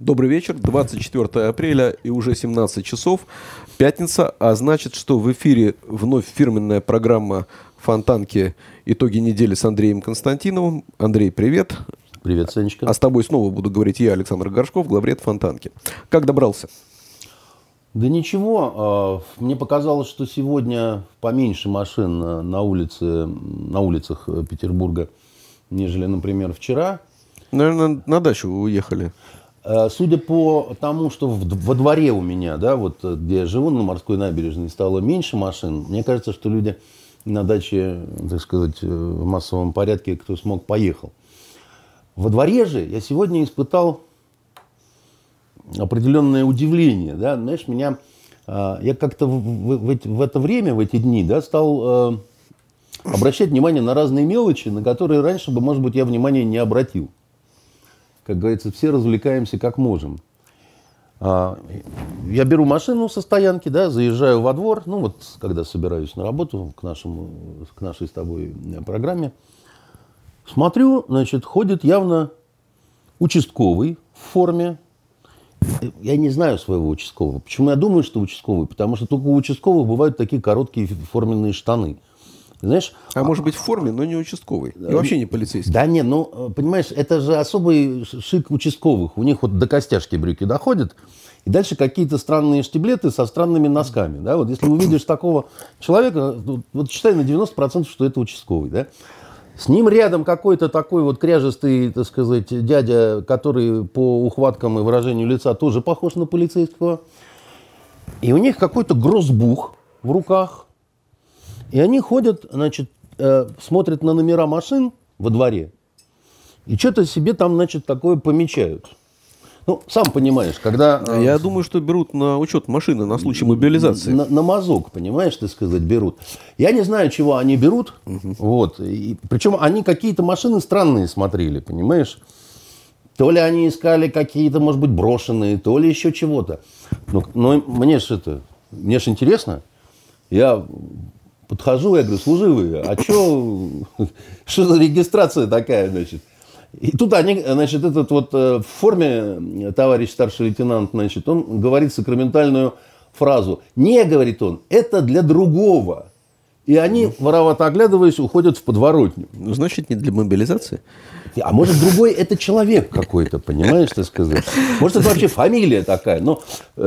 Добрый вечер, 24 апреля и уже 17 часов, пятница, а значит, что в эфире вновь фирменная программа «Фонтанки. Итоги недели» с Андреем Константиновым. Андрей, привет. Привет, Санечка. А с тобой снова буду говорить я, Александр Горшков, главред «Фонтанки». Как добрался? Да ничего, мне показалось, что сегодня поменьше машин на улицах Петербурга, нежели, например, вчера. Наверное, на дачу уехали. Судя по тому, что во дворе у меня, да, вот где я живу, на Морской набережной, стало меньше машин, мне кажется, что люди на даче, так сказать, в массовом порядке, кто смог, поехал. Во дворе же я сегодня испытал определенное удивление, да, знаешь, я как-то в это время, в эти дни, да, стал обращать внимание на разные мелочи, на которые раньше бы, может быть, я внимания не обратил. Как говорится, все развлекаемся как можем. Я беру машину со стоянки, да, заезжаю во двор, ну вот, когда собираюсь на работу к нашей с тобой программе, смотрю, значит, ходит явно участковый в форме. Я не знаю своего участкового. Почему я думаю, что участковый? Потому что только у участковых бывают такие короткие форменные штаны. Знаешь, может быть, в форме, но не участковый. И вообще не полицейский. Да не, ну, понимаешь, это же особый шик участковых. У них вот до костяшки брюки доходят. И дальше какие-то странные штиблеты со странными носками. Да? Вот если увидишь такого человека, вот считай на 90%, что это участковый. Да? С ним рядом какой-то такой вот кряжестый, так сказать, дядя, который по ухваткам и выражению лица тоже похож на полицейского. И у них какой-то грозбух в руках. И они ходят, значит, смотрят на номера машин во дворе и что-то себе там, значит, такое помечают. Ну, сам понимаешь, когда... Я думаю, что берут на учет машины на случай мобилизации. На мазок, понимаешь, так сказать, берут. Я не знаю, чего они берут. Вот. И, причем они какие-то машины странные смотрели, понимаешь. То ли они искали какие-то, может быть, брошенные, то ли еще чего-то. Но мне ж интересно. Я подхожу, я говорю, служивые, а что за регистрация такая, значит? И тут они, значит, этот вот в форме товарищ старший лейтенант, значит, он говорит сакраментальную фразу. Не, говорит он, это для другого. И они, воровато оглядываясь, уходят в подворотню. Ну, значит, не для мобилизации. А может, другой это человек какой-то, понимаешь, так сказать? Может, это вообще фамилия такая. Но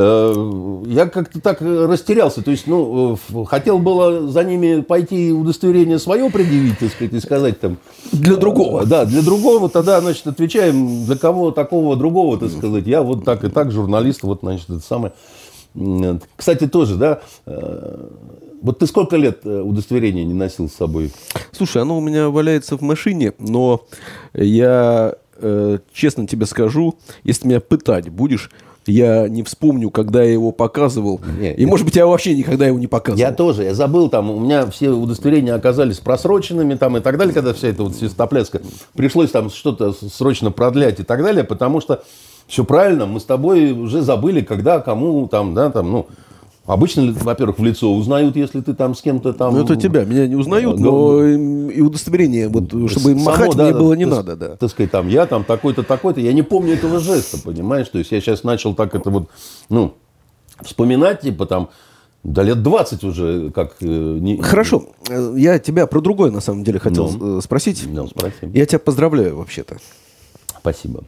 я как-то так растерялся. То есть, хотел было за ними пойти удостоверение свое предъявить, так сказать, и сказать там... Для другого. Да, для другого. Тогда, значит, отвечаем, для кого такого другого, так сказать. Я вот так и так, журналист, вот, значит, это самое... Кстати, тоже, да... Вот ты сколько лет удостоверения не носил с собой? Слушай, оно у меня валяется в машине, но я честно тебе скажу, если меня пытать будешь, я не вспомню, когда я его показывал. И, может быть, я вообще никогда его не показывал. Я тоже. Я забыл. Там, у меня все удостоверения оказались просроченными там, и так далее, когда вся эта вот свистопляска. Пришлось там что-то срочно продлять и так далее, потому что все правильно, мы с тобой уже забыли, когда, кому там, да, там, ну... Обычно, во-первых, в лицо узнают, если ты там с кем-то там... Ну, это тебя, меня не узнают, но и удостоверение, вот, чтобы им махать, мне было не надо, да. Так сказать, там, я там такой-то, такой-то, я не помню этого жеста, понимаешь? То есть, я сейчас начал так это вот, вспоминать, типа, там, до лет 20 уже, как... Хорошо, я тебя про другое, на самом деле, хотел спросить. Спроси. Я тебя поздравляю, вообще-то. Спасибо.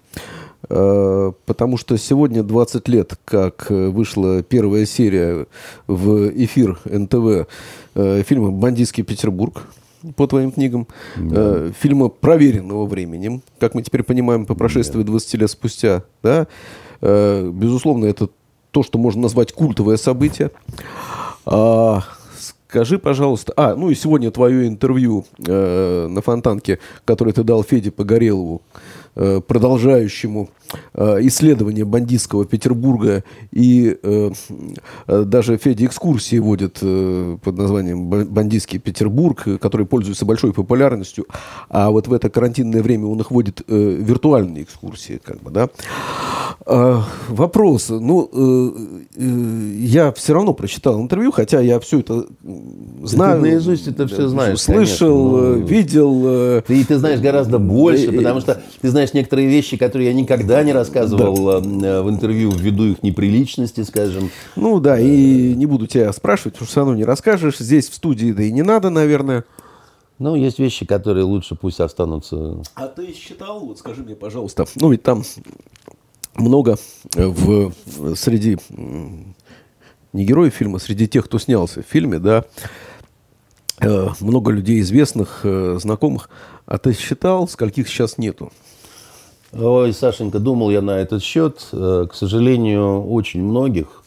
Потому что сегодня 20 лет, как вышла первая серия в эфир НТВ фильма «Бандитский Петербург», по твоим книгам, фильма, проверенного временем, как мы теперь понимаем, по прошествии 20 лет спустя. Да? Безусловно, это то, что можно назвать культовое событие. Скажи, пожалуйста... и сегодня твое интервью на Фонтанке, которое ты дал Феде Погорелову, продолжающему исследование бандитского Петербурга, и даже Федя экскурсии водит под названием «Бандитский Петербург», который пользуется большой популярностью, а вот в это карантинное время он их водит виртуальные экскурсии, как бы, да. вопрос. Я все равно прочитал интервью, хотя я все это знаю. Ты наизусть это все знаешь, слышал, конечно, видел. Ты знаешь гораздо больше, потому что ты знаешь некоторые вещи, которые я никогда не рассказывал в интервью, ввиду их неприличности, скажем. Ну да, и не буду тебя спрашивать, потому что все равно не расскажешь. Здесь в студии, да и не надо, наверное. Ну, есть вещи, которые лучше пусть останутся. А ты считал, вот скажи мне, пожалуйста, ведь там много среди не героев фильма, среди тех, кто снялся в фильме, да, много людей известных, знакомых. А ты считал, скольких сейчас нету? Ой, Сашенька, думал я на этот счет. К сожалению, очень многих.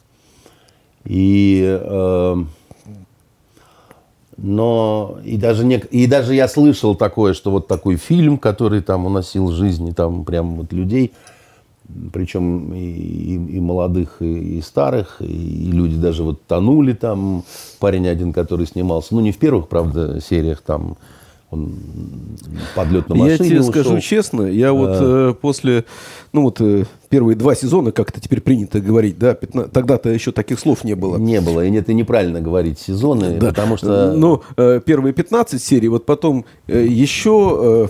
Но даже я слышал такое, что вот такой фильм, который там уносил жизни там прям вот людей, причем и молодых, и старых, и люди даже вот тонули там. Парень один, который снимался, не в первых, правда, сериях там, он подлет на машине Я тебе ушел. скажу честно, я после, первые 2 сезона, как это теперь принято говорить, да, тогда-то еще таких слов не было. Не было, и это неправильно говорить сезоны, да. потому что... Первые 15 серий, вот потом еще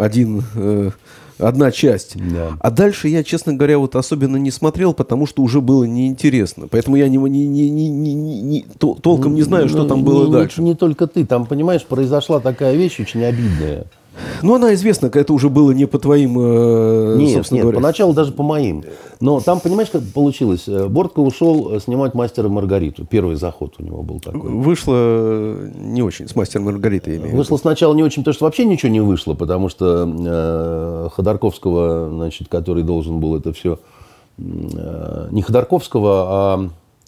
одна часть. Да. А дальше я, честно говоря, вот особенно не смотрел, потому что уже было неинтересно. Поэтому я толком не знаю, что там было дальше. Не только ты. Там, понимаешь, произошла такая вещь очень обидная. Она известна, это уже было не по твоим, Нет, поначалу даже по моим. Но там, понимаешь, как получилось? Бортко ушел снимать «Мастера и Маргариту». Первый заход у него был такой. Вышло не очень с «Мастером и Маргаритой». Вышло сначала не очень, потому что вообще ничего не вышло, потому что Ходорковского, значит, который должен был это все... Не Ходорковского,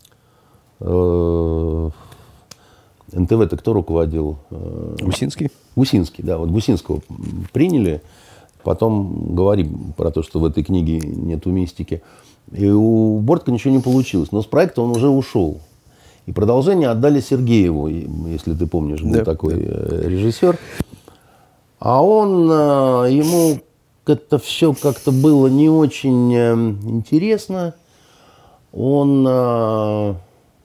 а... НТВ-то кто руководил? Гусинский. Гусинский, да. Вот Гусинского приняли. Потом говорим про то, что в этой книге нету мистики. И у Бортко ничего не получилось. Но с проекта он уже ушел. И продолжение отдали Сергееву, если ты помнишь, был такой режиссер. А ему это все как-то было не очень интересно. Он...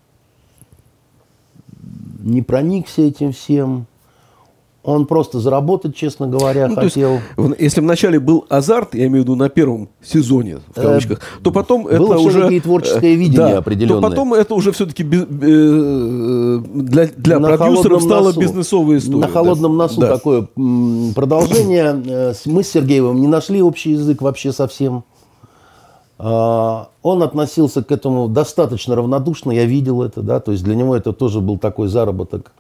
не проникся этим всем. Он просто заработать, честно говоря, хотел. Если вначале был азарт, я имею в виду на первом сезоне, в кавычках, то потом это было уже... Было творческое видение определенное. То потом это уже все-таки для продюсеров стала бизнесовая история. На холодном носу такое продолжение. Мы с Сергеевым не нашли общий язык вообще совсем. Он относился к этому достаточно равнодушно, я видел это, да, то есть для него это тоже был такой заработок.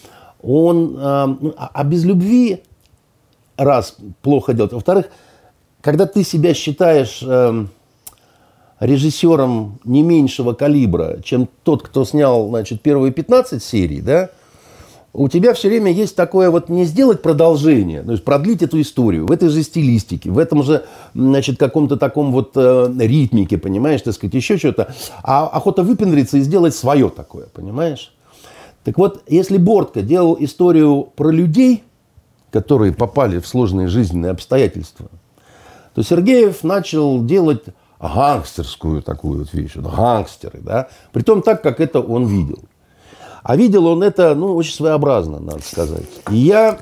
Без любви, раз, плохо делать. Во-вторых, когда ты себя считаешь режиссером не меньшего калибра, чем тот, кто снял, значит, первые 15 серий, да, у тебя все время есть такое вот не сделать продолжение, то есть продлить эту историю в этой же стилистике, в этом же, значит, каком-то таком вот ритмике, понимаешь, так сказать, еще что-то. А охота выпендриться и сделать свое такое, понимаешь? Так вот, если Бортко делал историю про людей, которые попали в сложные жизненные обстоятельства, то Сергеев начал делать гангстерскую такую вот вещь, гангстеры, да, притом так, как это он видел. А видел он это, очень своеобразно, надо сказать. И я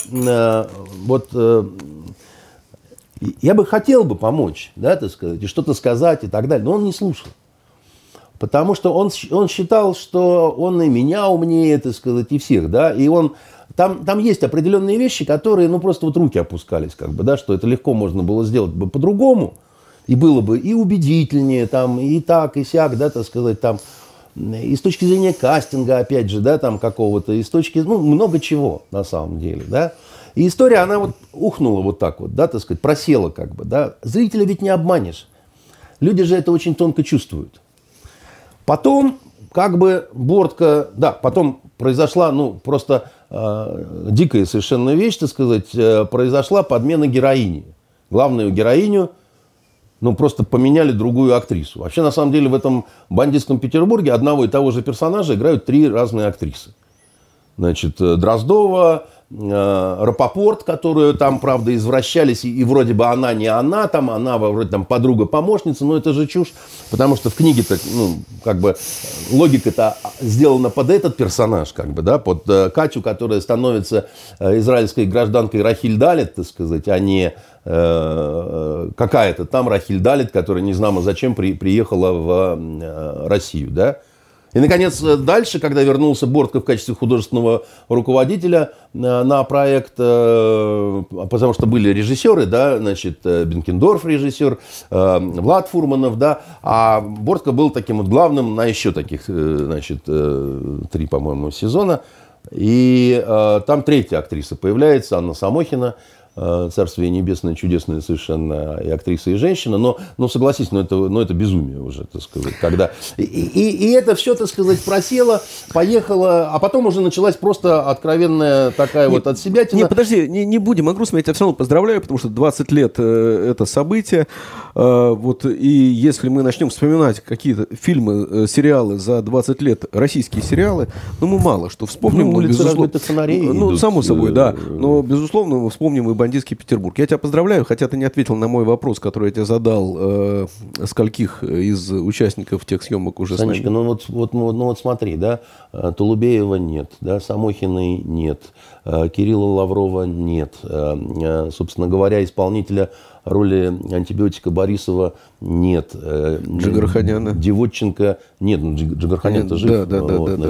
бы хотел бы помочь, да, так сказать, и что-то сказать и так далее, но он не слушал. Потому что он считал, что он и меня умнее, так сказать, и всех, да, и там есть определенные вещи, которые, просто вот руки опускались, как бы, да, что это легко можно было сделать бы по-другому, и было бы и убедительнее, там, и так, и сяк, да, так сказать, там, и с точки зрения кастинга, опять же, да, там какого-то, и с точки, много чего на самом деле, да. И история, она вот ухнула вот так вот, да, так сказать, просела как бы, да. Зрителя ведь не обманешь. Люди же это очень тонко чувствуют. Потом, как бы, Бортко, да, потом произошла, просто дикая совершенно вещь, так сказать, произошла подмена героини. Главную героиню, просто поменяли другую актрису. Вообще, на самом деле, в этом бандитском Петербурге одного и того же персонажа играют 3 разные актрисы. Значит, Дроздова, Рапопорт, которую там, правда, извращались, и вроде бы она не она, там, она вроде там подруга-помощница, но это же чушь, потому что в книге-то, ну, как бы, логика-то сделана под этот персонаж, как бы, да, под Катю, которая становится израильской гражданкой Рахиль Далит, так сказать, а не какая-то там Рахиль Далит, которая не знамо зачем приехала в Россию, да. И, наконец, дальше, когда вернулся Бортко в качестве художественного руководителя на проект, потому что были режиссеры, да, значит, Бенкендорф режиссер, Влад Фурманов, да, а Бортко был таким вот главным на еще таких, значит, 3, по-моему, сезона. И там третья актриса появляется, Анна Самохина, Царствие небесное, чудесная совершенно и актриса, и женщина, но согласись, это безумие уже, так сказать, когда... И это все, так сказать, просело, поехало, а потом уже началась просто откровенная такая вот отсебятина. Не, подожди, не будем о грустном, я тебя все равно поздравляю, потому что 20 лет это событие, вот, и если мы начнем вспоминать какие-то фильмы, сериалы за 20 лет, российские сериалы, ну, мы мало что вспомним, но, безусловно, само собой, да, но, безусловно, мы вспомним и «Бандитский Петербург». Я тебя поздравляю, хотя ты не ответил на мой вопрос, который я тебе задал, скольких из участников тех съемок уже Санечка, с нами. ну вот смотри, да, Тулубеева нет, да, Самохиной нет, Кирилла Лаврова нет, собственно говоря, исполнителя роли антибиотика Борисова нет. Джигарханяна. Девотченко нет. Ну, Джигарханян-то жив. Да.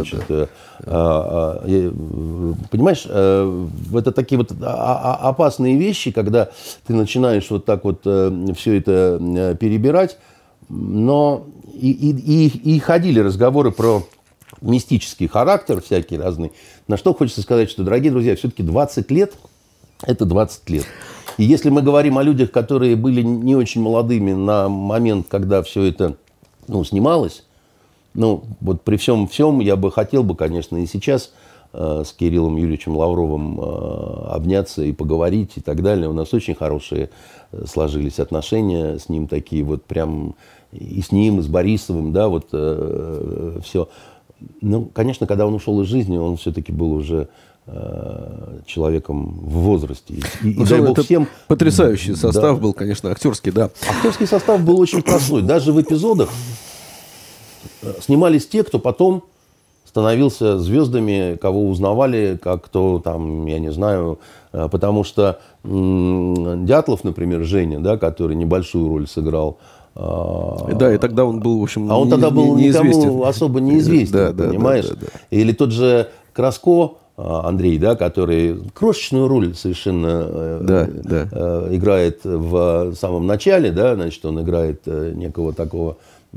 Понимаешь, это такие вот опасные вещи, когда ты начинаешь вот так вот все это перебирать. Но и ходили разговоры про мистический характер всякий разный. На что хочется сказать, что, дорогие друзья, все-таки 20 лет – это 20 лет. И если мы говорим о людях, которые были не очень молодыми на момент, когда все это снималось, вот при всем я бы хотел бы, конечно, и сейчас с Кириллом Юрьевичем Лавровым обняться и поговорить и так далее. У нас очень хорошие сложились отношения с ним, такие вот прям и с ним, и с Борисовым, да, вот все. Ну, конечно, когда он ушел из жизни, он все-таки был уже человеком в возрасте. И дай бог всем... Потрясающий состав был, конечно, актерский, да. Актерский состав был очень простой. Даже в эпизодах снимались те, кто потом становился звездами, кого узнавали, как кто там, я не знаю, потому что Дятлов, например, Женя, да, который небольшую роль сыграл. Да, и тогда он был, в общем, а он тогда был неизвестен. Никому особо неизвестен, понимаешь? Да. Или тот же Краско, Андрей, да, который крошечную роль совершенно играет в самом начале, да, значит, он играет некого такого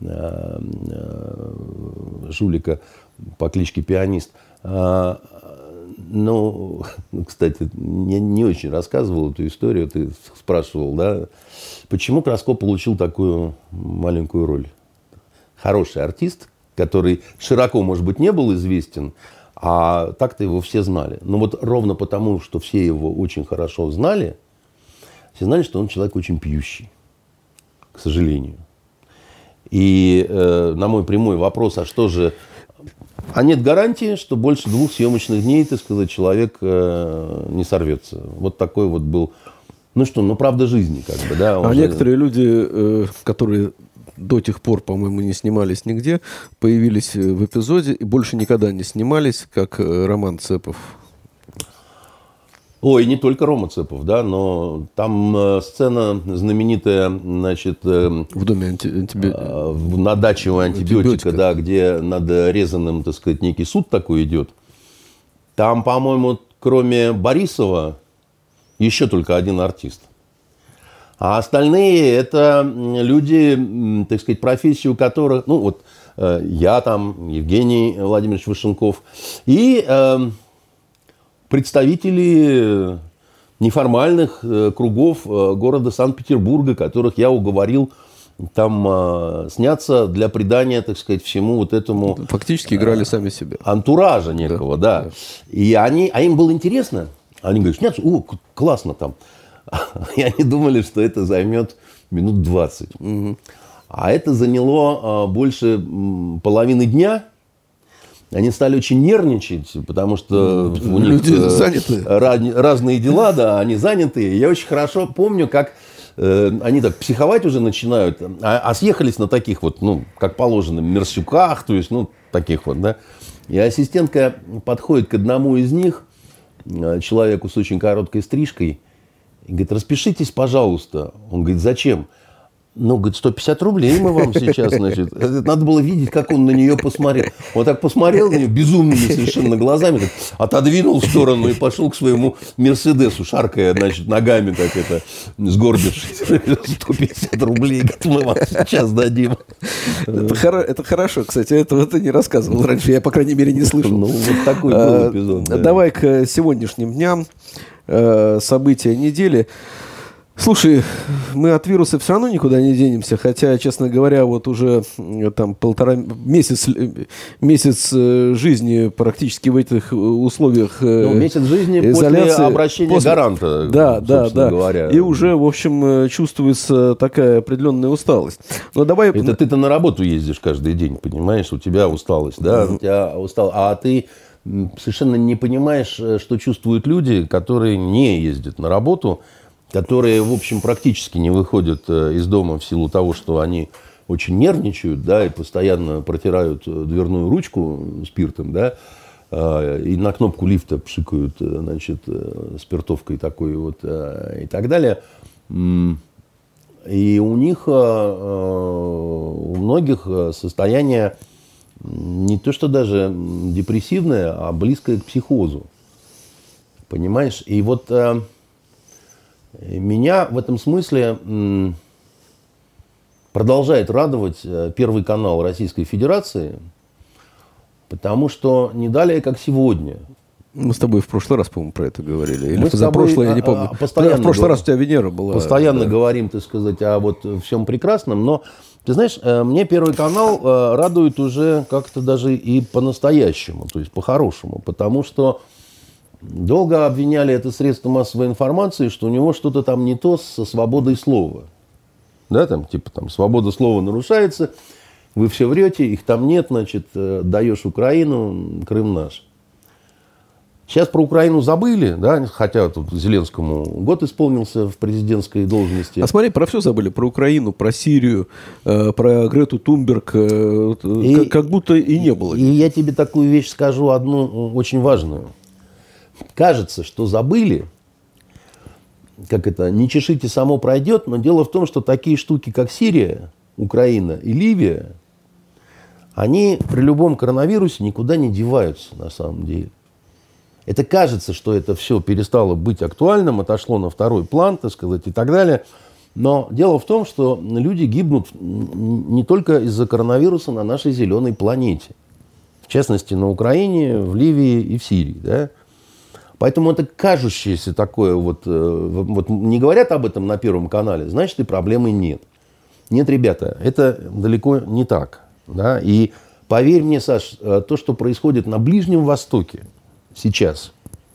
жулика по кличке Пианист. Ну, кстати, я не очень рассказывал эту историю, ты спрашивал, да, почему Краско получил такую маленькую роль. Хороший артист, который широко, может быть, не был известен, а так-то его все знали. Но вот ровно потому, что все его очень хорошо знали, все знали, что он человек очень пьющий, к сожалению. И на мой прямой вопрос, а что же... А нет гарантии, что больше 2 съемочных дней, так сказать, человек не сорвется. Вот такой вот был... правда жизни, как бы, да. А некоторые люди, которые до тех пор, по-моему, не снимались нигде, появились в эпизоде и больше никогда не снимались, как Роман Цепов. Ой, не только Рома Цепов, да, но там сцена знаменитая, значит... В доме на даче у антибиотика, да, где над резаным, так сказать, некий суд такой идет. Там, по-моему, кроме Борисова, еще только один артист. А остальные это люди, так сказать, профессию которых... я там, Евгений Владимирович Вышенков. И... представители неформальных кругов города Санкт-Петербурга, которых я уговорил там сняться для придания, так сказать, всему вот этому... Фактически играли сами себя. Антуража некого, да. И им было интересно. Они говорят, сняться, классно там. И они думали, что это займет минут 20. А это заняло больше половины дня. они стали очень нервничать, потому что у них люди заняты. Разные дела, да, они заняты. Я очень хорошо помню, как они так психовать уже начинают, а съехались на таких вот, ну, как положено, мерсюках, то есть, ну, таких вот, да. И ассистентка подходит к одному из них, человеку с очень короткой стрижкой, и говорит: распишитесь, пожалуйста. Он говорит: зачем? Ну, говорит, 150 рублей мы вам сейчас, значит. Надо было видеть, как он на нее посмотрел. Он так посмотрел на нее безумными совершенно глазами, так отодвинул в сторону и пошел к своему Мерседесу, шаркая, значит, ногами, так это, сгорбившись. 150 рублей, говорит, мы вам сейчас дадим. Это хорошо, кстати, этого ты не рассказывал раньше, я, по крайней мере, не слышал. Ну, вот такой был эпизод. Да. Давай к сегодняшним дням, события недели. Слушай, мы от вируса все равно никуда не денемся, хотя, честно говоря, вот уже там месяц жизни практически в этих условиях месяц жизни изоляции, после обращения гаранта, да, говоря. И уже, в общем, чувствуется такая определенная усталость. Но давай... Это ты-то на работу ездишь каждый день, понимаешь, у тебя усталость, да, у тебя усталость, а ты совершенно не понимаешь, что чувствуют люди, которые не ездят на работу, которые, в общем, практически не выходят из дома в силу того, что они очень нервничают, да, и постоянно протирают дверную ручку спиртом, да, и на кнопку лифта пшикают, значит, спиртовкой такой вот, и так далее. И у них, у многих состояние не то что даже депрессивное, а близкое к психозу. Понимаешь? И вот... Меня в этом смысле продолжает радовать Первый канал Российской Федерации, потому что не далее, как сегодня. Мы с тобой в прошлый раз, по-моему, про это говорили. Или позапрошлое, я не помню. В прошлый раз у тебя Венера была. Постоянно говорим, так сказать, о вот всем прекрасном. Но, ты знаешь, мне Первый канал радует уже как-то даже и по-настоящему, то есть по-хорошему. Потому что долго обвиняли это средство массовой информации, что у него что-то там не то со свободой слова. Да, там, типа, там, свобода слова нарушается, вы все врете, их там нет, значит, даешь Украину, Крым наш. Сейчас про Украину забыли, да, хотя тут Зеленскому год исполнился в президентской должности. А смотри, про все забыли, про Украину, про Сирию, про Грету Тунберг, как будто и не было. И я тебе такую вещь скажу, одну очень важную. Кажется, что забыли, как это, не чешите, само пройдет, но дело в том, что такие штуки, как Сирия, Украина и Ливия, они при любом коронавирусе никуда не деваются на самом деле. Это кажется, что это все перестало быть актуальным, отошло на второй план, так сказать, и так далее. Но дело в том, что люди гибнут не только из-за коронавируса на нашей зеленой планете. В частности, на Украине, в Ливии и в Сирии, да. Поэтому это кажущееся такое, вот не говорят об этом на Первом канале, значит, и проблемы нет. Нет, ребята, это далеко не так. Да? И поверь мне, Саш, то, что происходит на Ближнем Востоке сейчас,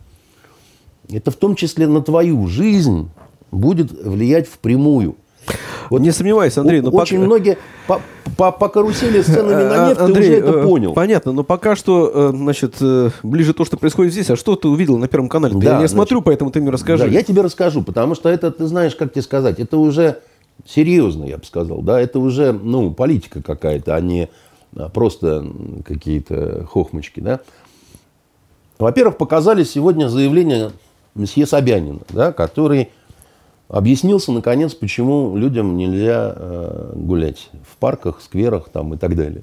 это в том числе на твою жизнь будет влиять впрямую. Вот не сомневайся, Андрей. Но очень многие по карусели с ценами на нефть, Андрей, ты уже это понял. Понятно, но пока что, значит, ближе то, что происходит здесь. А что ты увидел на Первом канале? Да, я не смотрю, поэтому ты мне расскажи. Да, я тебе расскажу, потому что это, ты знаешь, как тебе сказать, это уже серьезно, я бы сказал. Да? Это уже политика какая-то, а не просто какие-то хохмочки. Да? Во-первых, показали сегодня заявление месье Собянина, да, который... объяснился, наконец, почему людям нельзя гулять в парках, скверах там, и так далее.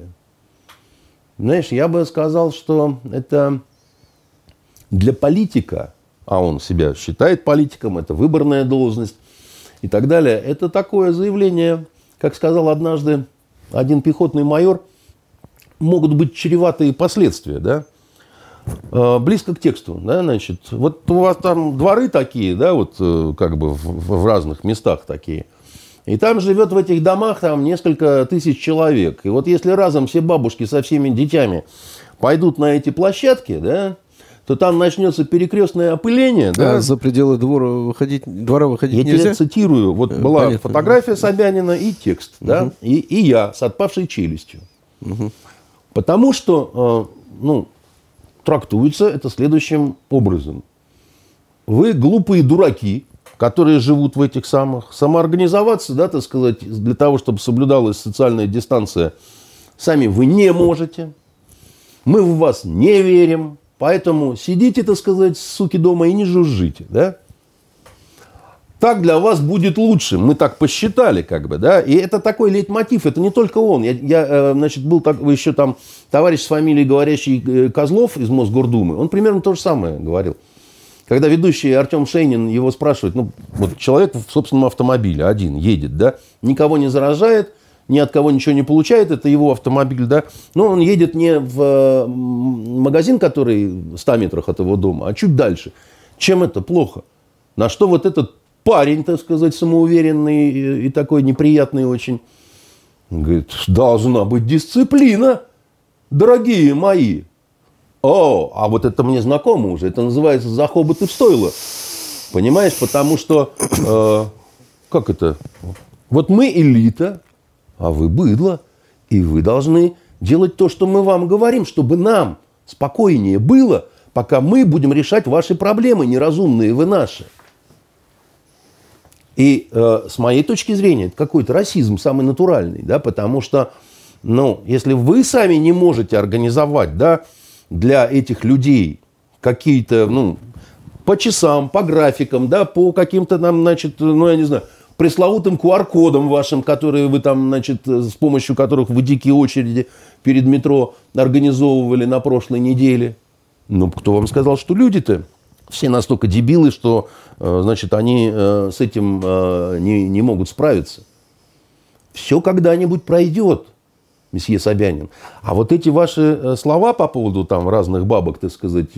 Знаешь, я бы сказал, что это для политика, а он себя считает политиком, это выборная должность и так далее, это такое заявление, как сказал однажды один пехотный майор, могут быть чреватые последствия, да? Близко к тексту, да, значит, вот у вас там дворы такие, да, вот как бы в разных местах такие, и там живет в этих домах там несколько тысяч человек, и вот если разом все бабушки со всеми детьми пойдут на эти площадки, да, то там начнется перекрестное опыление, да. За пределы двора выходить нельзя? Я тебе цитирую, вот была фотография Собянина и текст, да, и я с отпавшей челюстью, потому что, трактуется это следующим образом. Вы глупые дураки, которые живут в этих самых, самоорганизоваться, да, так сказать, для того, чтобы соблюдалась социальная дистанция, сами вы не можете. Мы в вас не верим, поэтому сидите, так сказать, суки, дома и не жужжите, да. Так для вас будет лучше. Мы так посчитали, как бы, да. И это такой лейтмотив. Это не только он. Значит, был еще там товарищ с фамилией говорящий Козлов из Мосгордумы. Он примерно то же самое говорил. Когда ведущий Артем Шейнин его спрашивает, ну, вот человек в собственном автомобиле один едет, да, никого не заражает, ни от кого ничего не получает, это его автомобиль, да, но он едет не в магазин, который в 100 метрах от его дома, а чуть дальше. Чем это плохо? На что вот этот парень, так сказать, самоуверенный и такой неприятный очень, говорит, должна быть дисциплина, дорогие мои. О, а вот это мне знакомо уже. Это называется «За хоботы в стойло». Понимаешь? Потому что, как это? Вот мы элита, а вы быдло. И вы должны делать то, что мы вам говорим, чтобы нам спокойнее было, пока мы будем решать ваши проблемы, неразумные вы наши. И с моей точки зрения, это какой-то расизм самый натуральный, да, потому что, ну, если вы сами не можете организовать, да, для этих людей какие-то, ну, по часам, по графикам, да, по каким-то там, значит, ну, я не знаю, пресловутым QR-кодам вашим, которые вы там, значит, с помощью которых вы дикие очереди перед метро организовывали на прошлой неделе. Ну, кто вам сказал, что люди-то все настолько дебилы, что, значит, они с этим не могут справиться. Все когда-нибудь пройдет. Месье Собянин. А вот эти ваши слова по поводу там разных бабок, так сказать,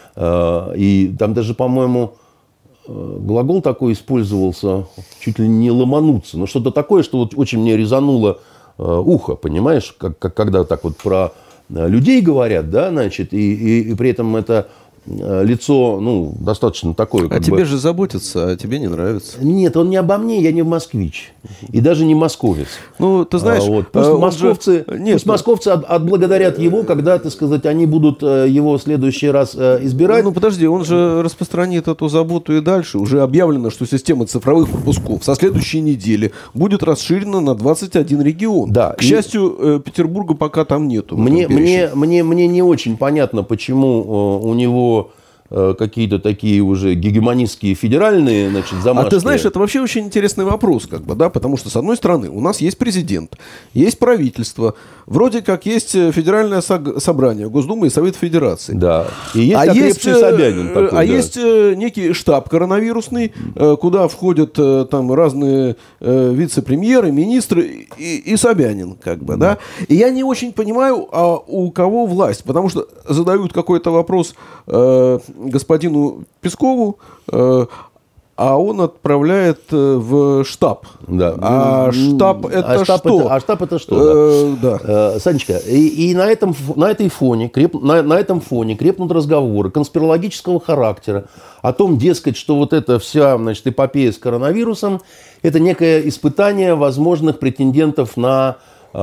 и там даже, по-моему, глагол такой использовался, чуть ли не ломануться, но что-то такое, что вот очень мне резануло ухо, понимаешь, когда так вот про людей говорят, да, значит, и при этом это лицо, ну, достаточно такое. А тебе же заботятся, а тебе не нравится. Нет, он не обо мне, я не москвич. И даже не московец. Ну, ты знаешь... Вот. Пусть московцы отблагодарят его, когда, так сказать, они будут его в следующий раз избирать. Ну, подожди, он же распространит эту заботу и дальше. Уже объявлено, что система цифровых пропусков со следующей недели будет расширена на 21 регион. Да. К счастью, Петербурга пока там нету. Мне не очень понятно, почему у него какие-то такие уже гегемонистские федеральные, значит, замашки. А ты знаешь, это вообще очень интересный вопрос, как бы, да, потому что, с одной стороны, у нас есть президент, есть правительство, вроде как есть федеральное собрание, Госдума и Совет Федерации. Да, и есть окрепший Собянин такой, да. Есть некий штаб коронавирусный, куда входят там разные вице-премьеры, министры и Собянин, как бы, да. И я не очень понимаю, а у кого власть, потому что задают какой-то вопрос господину Пескову, а он отправляет в штаб. Да. А штаб это что? Штаб это что? Да. Санечка, и на этом фоне крепнут разговоры конспирологического характера о том, дескать, что вот эта вся, значит, эпопея с коронавирусом это некое испытание возможных претендентов на,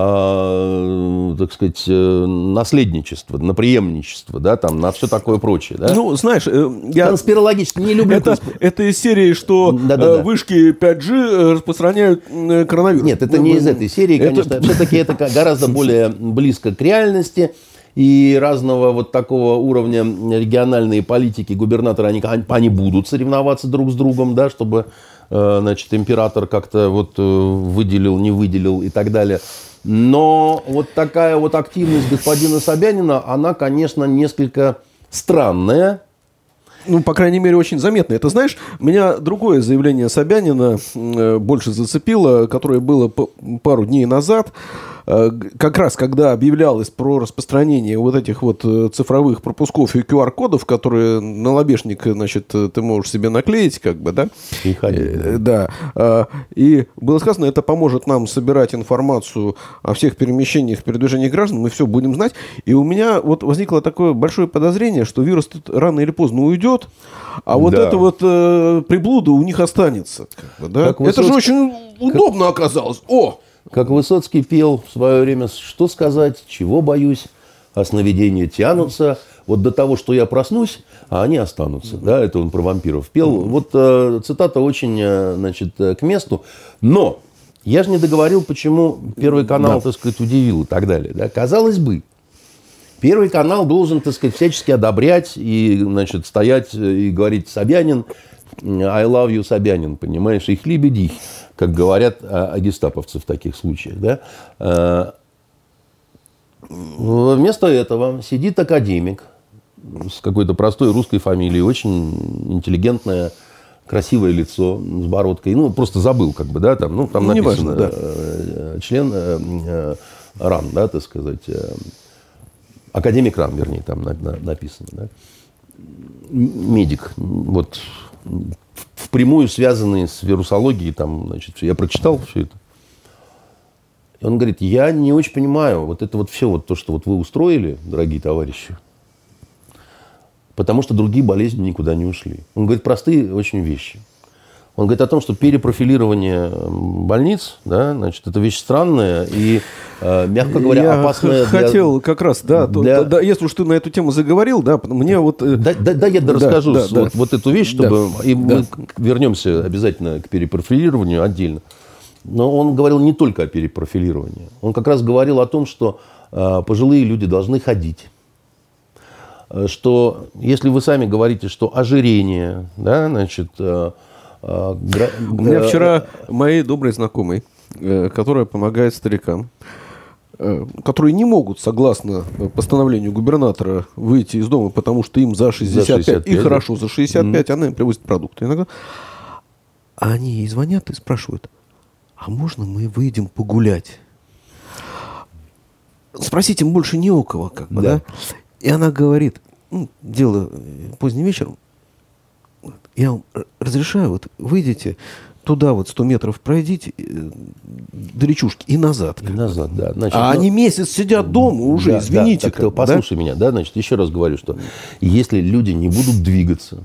так сказать, наследничество, на преемничество, да, там, на все такое прочее. Да? Ну, знаешь, я конспирологически не люблю. Это из серии, что вышки 5G распространяют коронавирус. Нет, это не из этой серии, конечно. Все-таки это гораздо более близко к реальности. И разного вот такого уровня региональные политики, губернаторы, они будут соревноваться друг с другом, да, чтобы, значит, император как-то вот выделил, не выделил и так далее. Но вот такая вот активность господина Собянина, она, конечно, несколько странная. Ну, по крайней мере, очень заметно. Это, знаешь, меня другое заявление Собянина больше зацепило, которое было пару дней назад, как раз когда объявлялось про распространение вот этих вот цифровых пропусков и QR-кодов, которые на лобешник, значит, ты можешь себе наклеить, как бы, да? И ходить. Да. И было сказано, это поможет нам собирать информацию о всех перемещениях, передвижениях граждан, мы все будем знать. И у меня вот возникло такое большое подозрение, что вирус тут рано или поздно уйдет, а вот это вот приблуда у них останется. Как бы, да? Это же очень удобно оказалось. Как Высоцкий пел в свое время, что сказать, чего боюсь, а сновидения тянутся вот до того, что я проснусь, а они останутся. Да, это он про вампиров пел. Вот цитата очень, значит, к месту. Но я же не договорил, почему Первый канал, так сказать, удивил и так далее. Да? Казалось бы, Первый канал должен, так сказать, всячески одобрять и, значит, стоять и говорить: Собянин, I love you, Собянин, понимаешь, их лебедих, как говорят о гестаповцах в таких случаях. Да? Вместо этого сидит академик с какой-то простой русской фамилией, очень интеллигентное, красивое лицо с бородкой. Ну, просто забыл, как бы, да, там, ну, там написано, да. Член РАН, да, так сказать, академик РАН, вернее, там написано, да. Медик, вот, впрямую связанный с вирусологией, там, значит, я прочитал все это. И он говорит: я не очень понимаю вот это вот все, вот то, что вот вы устроили, дорогие товарищи, потому что другие болезни никуда не ушли. Он говорит простые очень вещи. Он говорит о том, что перепрофилирование больниц, да, значит, это вещь странная и, мягко говоря, опасная. Я хотел как раз, да, да, если уж ты на эту тему заговорил, да, мне вот... Да, я расскажу вот эту вещь, чтобы... И мы вернемся обязательно к перепрофилированию отдельно. Но он говорил не только о перепрофилировании. Он как раз говорил о том, что пожилые люди должны ходить. Что если вы сами говорите, что ожирение, да, значит... У меня вчера моей доброй знакомой, которая помогает старикам, которые не могут, согласно постановлению губернатора, выйти из дома, потому что им за 65, и хорошо, за 65, она им привозит продукты. Иногда они ей звонят и спрашивают: а можно мы выйдем погулять? Спросить им больше не у кого, как бы, да? И она говорит: дело поздний вечер, я вам разрешаю, вот выйдите туда, вот 100 метров пройдите до речушки и назад. И назад, да. Значит, они месяц сидят дома уже, да, извините. Да, послушай меня, да, значит, еще раз говорю, что если люди не будут двигаться,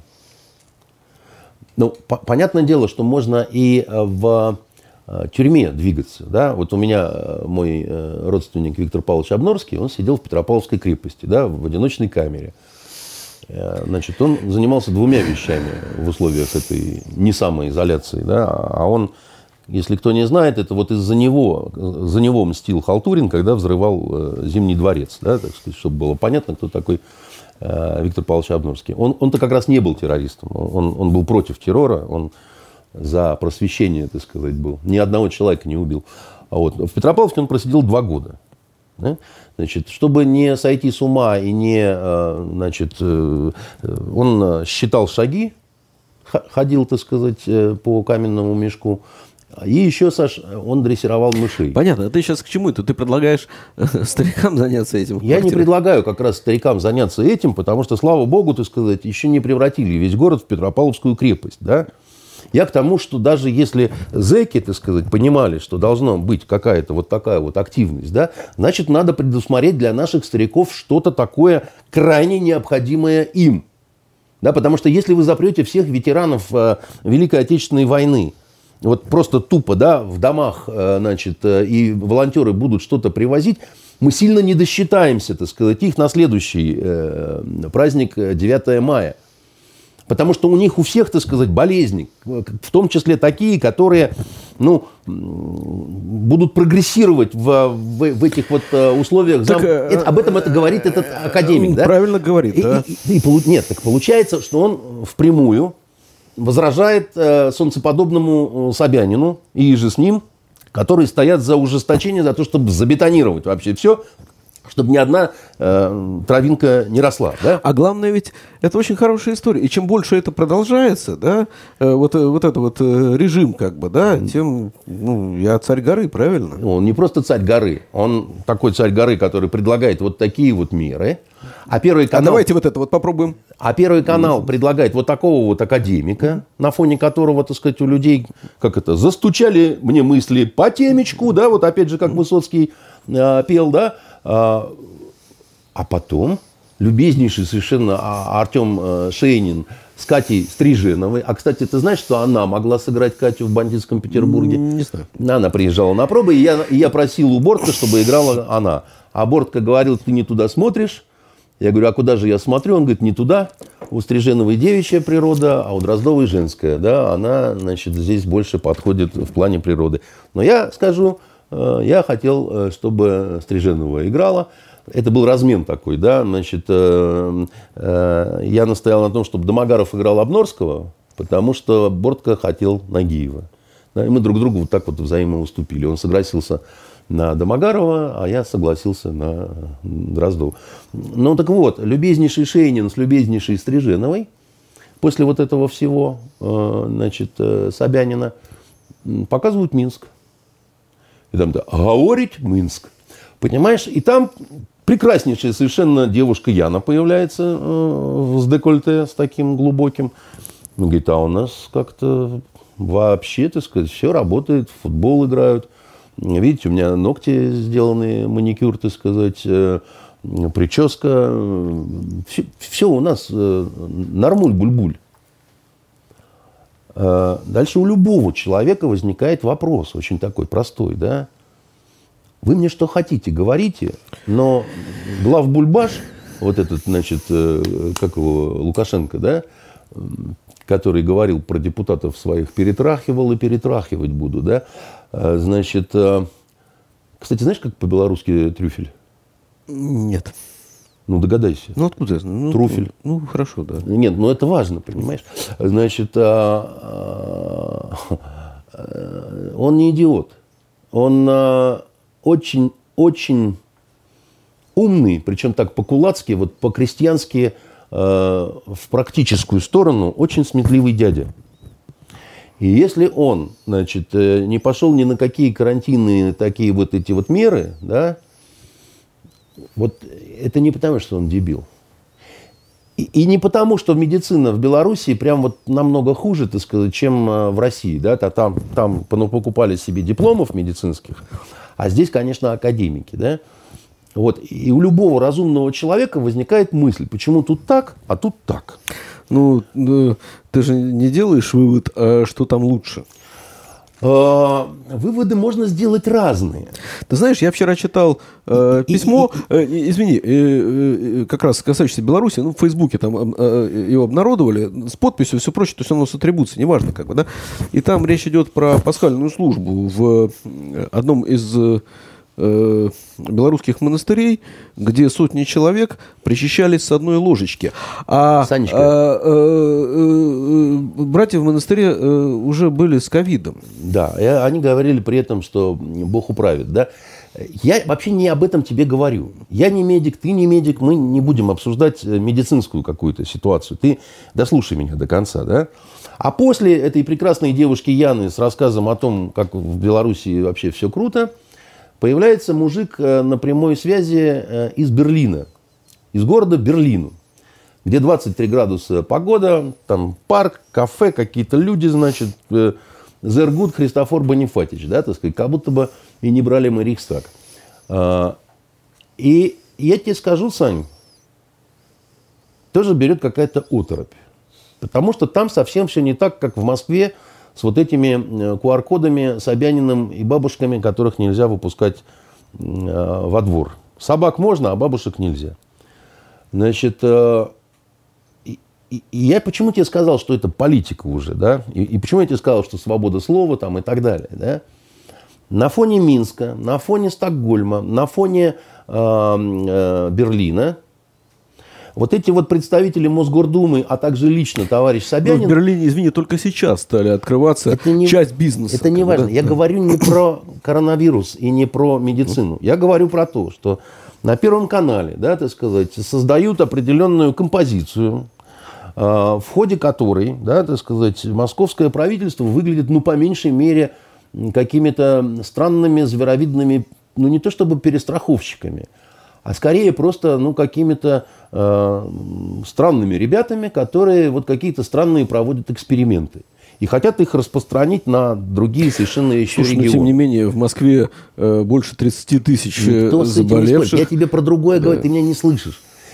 ну, понятное дело, что можно и в тюрьме двигаться, да. Вот у меня мой родственник Виктор Павлович Обнорский, он сидел в Петропавловской крепости, да, в одиночной камере. Значит, он занимался двумя вещами в условиях этой не самоизоляции, да, а он, если кто не знает, это вот за него мстил Халтурин, когда взрывал Зимний дворец, да, так сказать, чтобы было понятно, кто такой Виктор Павлович Обнорский. Он-то как раз не был террористом, он был против террора, он за просвещение, так сказать, был, ни одного человека не убил. А вот в Петропавловске он просидел 2 года. Да? Значит, чтобы не сойти с ума и не, значит, он считал шаги, ходил, так сказать, по каменному мешку. И еще, Саш, он дрессировал мышей. Понятно. А ты сейчас к чему это? Ты предлагаешь старикам заняться этим? Я не предлагаю как раз старикам заняться этим, потому что, слава богу, так сказать, еще не превратили весь город в Петропавловскую крепость, да? Я к тому, что даже если зэки, так сказать, понимали, что должна быть какая-то вот такая вот активность, да, значит, надо предусмотреть для наших стариков что-то такое крайне необходимое им. Да, потому что если вы запрете всех ветеранов Великой Отечественной войны, вот просто тупо, да, в домах, значит, и волонтеры будут что-то привозить, мы сильно не досчитаемся, так сказать, их на следующий праздник 9 мая. Потому что у них у всех, так сказать, болезни, в том числе такие, которые, ну, будут прогрессировать в этих вот условиях. Об этом это говорит этот академик, да? Правильно говорит, да. Нет, так получается, что он впрямую возражает солнцеподобному Собянину и же с ним, которые стоят за ужесточение, за то, чтобы забетонировать вообще все, чтобы ни одна травинка не росла. Да? А главное ведь, это очень хорошая история. И чем больше это продолжается, да, вот это вот режим, как бы, да, тем, ну, я царь горы, правильно? Он не просто царь горы. Он такой царь горы, который предлагает вот такие вот меры. А Первый канал... давайте вот это вот попробуем. А Первый канал предлагает вот такого вот академика, на фоне которого, так сказать, у людей, как это, застучали мне мысли по темечку, да, вот опять же, как Высоцкий пел, да. А потом любезнейший совершенно Артем Шейнин с Катей Стриженовой. А, кстати, ты знаешь, что она могла сыграть Катю в «Бандитском Петербурге»? Не знаю. Она приезжала на пробы, и я просил у Бортко, чтобы играла она. А Бортко говорил, ты не туда смотришь. Я говорю, а куда же я смотрю? Он говорит, не туда. У Стриженовой девичья природа, а у Дроздовой женская. Да? Она, значит, здесь больше подходит в плане природы. Но я скажу, я хотел, чтобы Стриженова играла. Это был размен такой, да, значит, я настоял на том, чтобы Домогаров играл Обнорского, потому что Бортко хотел Нагиева. Да, и мы друг другу вот так вот взаимоуступили. Он согласился на Домогарова, а я согласился на Дроздову. Ну, так вот, любезнейший Шейнин с любезнейшей Стриженовой после вот этого всего, значит, Собянина показывают Минск. И там, да, говорить Минск. Понимаешь, и там прекраснейшая совершенно девушка Яна появляется с декольте, с таким глубоким. Он говорит, а у нас как-то вообще, так сказать, все работает, в футбол играют. Видите, у меня ногти сделаны, маникюр, так сказать, прическа. Все у нас нормуль-бульбуль. Дальше у любого человека возникает вопрос, очень такой простой, да. Вы мне что хотите, говорите, но главбульбаш, вот этот, значит, как его, Лукашенко, да, который говорил про депутатов своих, перетрахивал и перетрахивать буду, да, значит, кстати, знаешь, как по-белорусски трюфель? Нет. Ну, догадайся. Ну, откуда? Ну, Труфель. Ну, хорошо, да. Нет, ну это важно, понимаешь? Значит, он не идиот. Он очень умный, причем так по-кулацки, вот по-крестьянски, в практическую сторону, очень сметливый дядя. И если он, значит, не пошел ни на какие карантинные такие вот эти вот меры, да, вот это не потому, что он дебил. И не потому, что медицина в Беларуси прям вот намного хуже, так сказать, чем в России. Да? Там покупали себе дипломов медицинских, а здесь, конечно, академики. Да? Вот. И у любого разумного человека возникает мысль, почему тут так, а тут так. Ну, ты же не делаешь вывод, что там лучше. Выводы можно сделать разные. Ты знаешь, я вчера читал письмо, извини, как раз касающееся Беларуси, ну, в Фейсбуке там его обнародовали, с подписью и все прочее, то есть оно с атрибуцией, неважно как бы, да. И там речь идет про пасхальную службу в одном из белорусских монастырей, где сотни человек причащались с одной ложечки. А братья в монастыре уже были с ковидом. Да, они говорили при этом, что Бог управит. Да? Я вообще не об этом тебе говорю. Я не медик, ты не медик, мы не будем обсуждать медицинскую какую-то ситуацию. Ты дослушай меня до конца. Да? А после этой прекрасной девушки Яны с рассказом о том, как в Беларуси вообще все круто, появляется мужик на прямой связи из Берлина, из города Берлину, где 23 градуса погода, там парк, кафе, какие-то люди, значит, Зергут Христофор Бонифатич, да, так сказать, как будто бы и не брали мы Рейхстаг. И я тебе скажу, Сань, тоже берет какая-то оторопь, потому что там совсем все не так, как в Москве, с вот этими QR-кодами, Собяниным и бабушками, которых нельзя выпускать во двор. Собак можно, а бабушек нельзя. Значит, я почему тебе сказал, что это политика уже, да? И почему я тебе сказал, что свобода слова там и так далее, да? На фоне Минска, на фоне Стокгольма, на фоне Берлина вот эти вот представители Мосгордумы, а также лично товарищ Собянин... Но в Берлине, извини, только сейчас стали открываться часть бизнеса. Это не важно. Да? Я говорю не про коронавирус и не про медицину. Я говорю про то, что на Первом канале, да, так сказать, создают определенную композицию, в ходе которой, да, так сказать, московское правительство выглядит, ну, по меньшей мере, какими-то странными, зверовидными, ну, не то чтобы перестраховщиками, а скорее просто, ну, какими-то странными ребятами, которые вот какие-то странные проводят эксперименты. И хотят их распространить на другие совершенно еще регионы. Но тем не менее, в Москве больше 30 тысяч заболевших. Я тебе про другое говорю, ты меня не слышишь.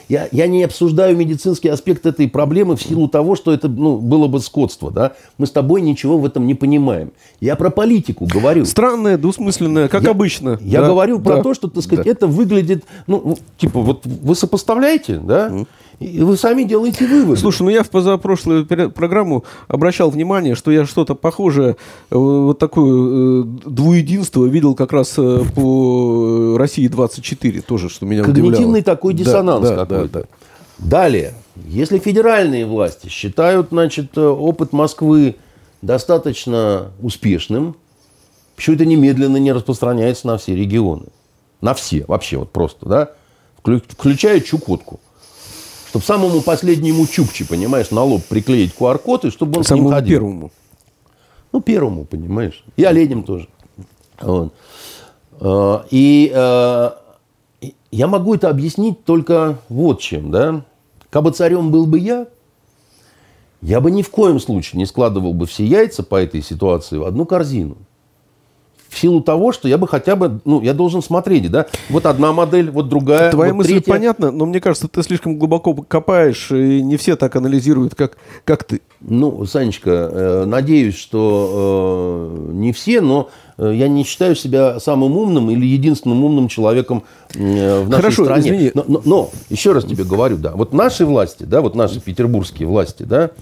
я не обсуждаю медицинский аспект этой проблемы в силу того, что это было бы скотство. Да? Мы с тобой ничего в этом не понимаем. Я про политику говорю. Странное, двусмысленное, как обычно. Я говорю про то, что, так сказать, это выглядит... типа, вот вы сопоставляете, да? И вы сами делаете выводы. Слушай, я в позапрошлую программу обращал внимание, что я что-то похожее, вот такое двуединство видел как раз по России-24 тоже, что меня удивляло. Когнитивный такой диссонанс какой-то. Да. Далее, если федеральные власти считают, значит, опыт Москвы достаточно успешным, почему это немедленно не распространяется на все регионы? На все, вообще, вот просто, да? Включая Чукотку. Чтобы самому последнему чукче, понимаешь, на лоб приклеить QR-код, и чтобы он с ним ходил. Первому. Первому, понимаешь. И оленям тоже. Вот. И я могу это объяснить только вот чем, да. Кабы царем был бы я бы ни в коем случае не складывал бы все яйца по этой ситуации в одну корзину. В силу того, что я бы хотя бы, я должен смотреть, да, вот одна модель, вот другая, Твоя вот мысль третья. понятна, но мне кажется, ты слишком глубоко копаешь, и не все так анализируют, как ты. Санечка, надеюсь, что не все, но я не считаю себя самым умным или единственным умным человеком в нашей стране. Извини. Но, еще раз тебе говорю, да, вот наши власти, да, вот наши петербургские власти, да,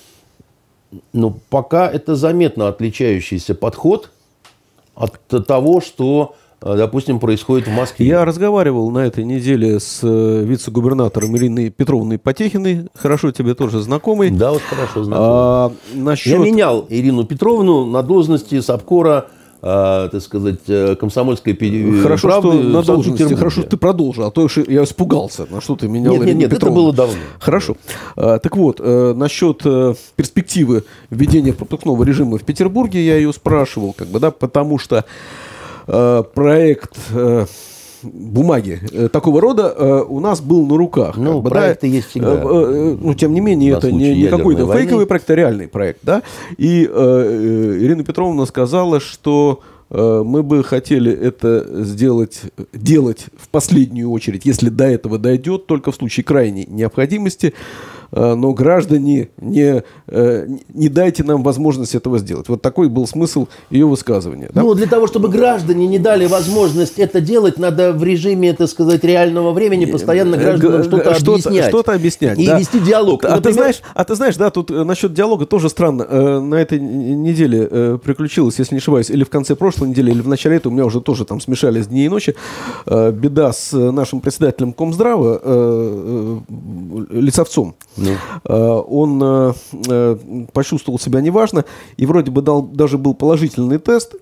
пока это заметно отличающийся подход от того, что, допустим, происходит в Москве. Я разговаривал на этой неделе с вице-губернатором Ириной Петровной Потехиной, хорошо тебе тоже знакомый. Да, вот хорошо знакомый. Я менял Ирину Петровну на должности сапкора, так сказать, комсомольской правды. Хорошо, что на должности, хорошо, что ты продолжил, а то я испугался, на что ты менял Ирину Петровну. Это было давно. Хорошо. Так вот, насчет перспективы введения пропускного режима в Петербурге я ее спрашивал, потому что проект бумаги такого рода у нас был на руках. Проекты есть всегда. Тем не менее, это не какой-то фейковый проект, а реальный проект. Да? И Ирина Петровна сказала, что мы бы хотели это делать в последнюю очередь, если до этого дойдет, только в случае крайней необходимости. Но граждане, не дайте нам возможность этого сделать. Вот такой был смысл ее высказывания. Да? Для того, чтобы граждане не дали возможность это делать, надо в режиме, так сказать, реального времени постоянно гражданам что-то объяснять. Что-то объяснять, и вести диалог. Ты знаешь, да, тут насчет диалога тоже странно. На этой неделе приключилось, если не ошибаюсь, или в конце прошлой недели, или в начале этой, у меня уже тоже там смешались дни и ночи, беда с нашим председателем Комздрава, Лицовцом. Он почувствовал себя неважно, и вроде бы даже был положительный тест.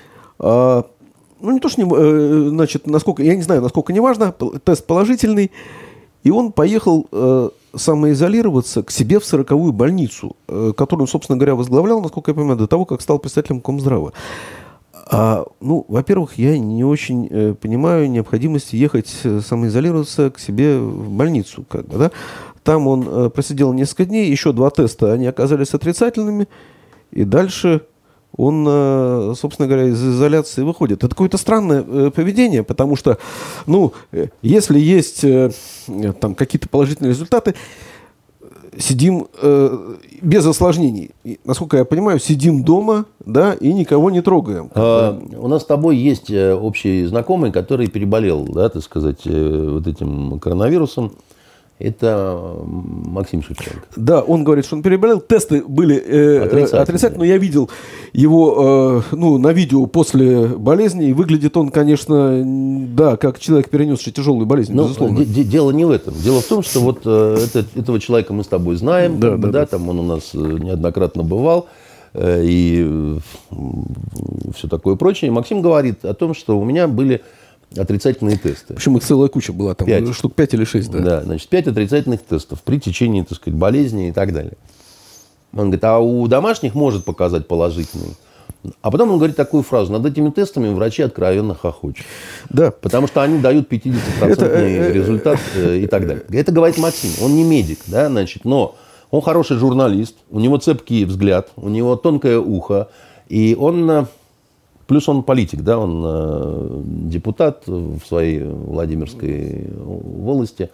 Не то, что значит, я не знаю, насколько неважно, тест положительный, и он поехал самоизолироваться к себе в 40-ю больницу, которую он, собственно говоря, возглавлял, насколько я понимаю, до того, как стал председателем Комздрава. Во-первых, я не очень понимаю необходимости ехать самоизолироваться к себе в больницу. Да? Там он просидел несколько дней, еще 2 теста, они оказались отрицательными, и дальше он, собственно говоря, из изоляции выходит. Это какое-то странное поведение, потому что, если есть там какие-то положительные результаты, сидим без осложнений. И, насколько я понимаю, сидим дома, да, и никого не трогаем. У нас с тобой есть общий знакомый, который переболел, да, так сказать, вот этим коронавирусом. Это Максим Шевченко. Да, он говорит, что он переболел. Тесты были отрицательные, но я видел его на видео после болезни. И выглядит он, конечно, да, как человек, перенесший тяжелую болезнь, безусловно. Дело не в этом. Дело в том, что вот этого человека мы с тобой знаем. Да, там он у нас неоднократно бывал. И все такое прочее. И Максим говорит о том, что у меня были отрицательные тесты. Причем их целая куча была, там 5. Штук 5 или 6. Да, значит, 5 отрицательных тестов при течение, так сказать, болезни и так далее. Он говорит, а у домашних может показать положительный. А потом он говорит такую фразу: над этими тестами врачи откровенно хохочут. Да. Потому что они дают 50% результат и так далее. Это говорит Максим. Он не медик, да, значит, но он хороший журналист, у него цепкий взгляд, у него тонкое ухо, и он... Плюс он политик, да, он депутат в своей Владимирской волости.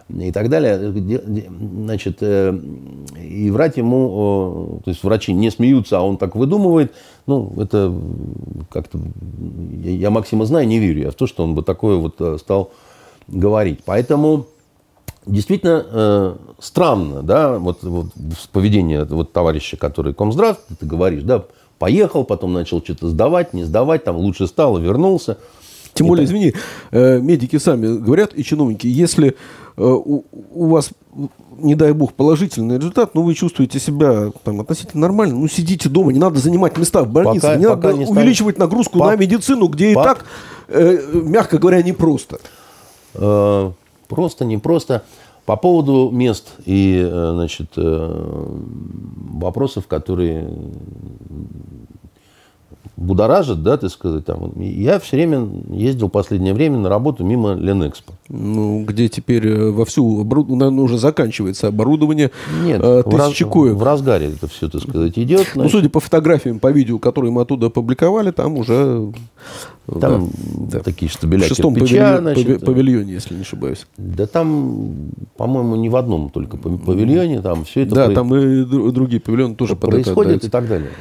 и так далее. Значит, и врать ему, то есть врачи не смеются, а он так выдумывает. Ну, это как-то... Я Максима знаю, не верю я в то, что он бы такое вот стал говорить. Поэтому действительно странно, да, вот поведение вот товарища, который комздрав, ты говоришь, да, поехал, потом начал что-то сдавать, не сдавать, там лучше стало, вернулся. Тем более, извини, медики сами говорят, и чиновники, если у вас, не дай бог, положительный результат, но вы чувствуете себя там относительно нормально, ну, сидите дома, не надо занимать места в больнице, не надо увеличивать нагрузку на медицину, где и так, мягко говоря, непросто. Просто, непросто. По поводу мест и, значит, вопросов, которые будоражат, да, так сказать, там. Я все время ездил в последнее время на работу мимо Ленэкспо. Ну, где теперь вовсю, наверное, уже заканчивается оборудование. Нет, тысячи коек. В разгаре это все, так сказать, идет. Значит. Ну, судя по фотографиям, по видео, которые мы оттуда опубликовали, там уже... Там такие штабеля в шестом кирпича, павильоне, если не ошибаюсь. Да там, по-моему, не в одном только павильоне, там все это... Да, там и другие павильоны тоже происходят и так далее.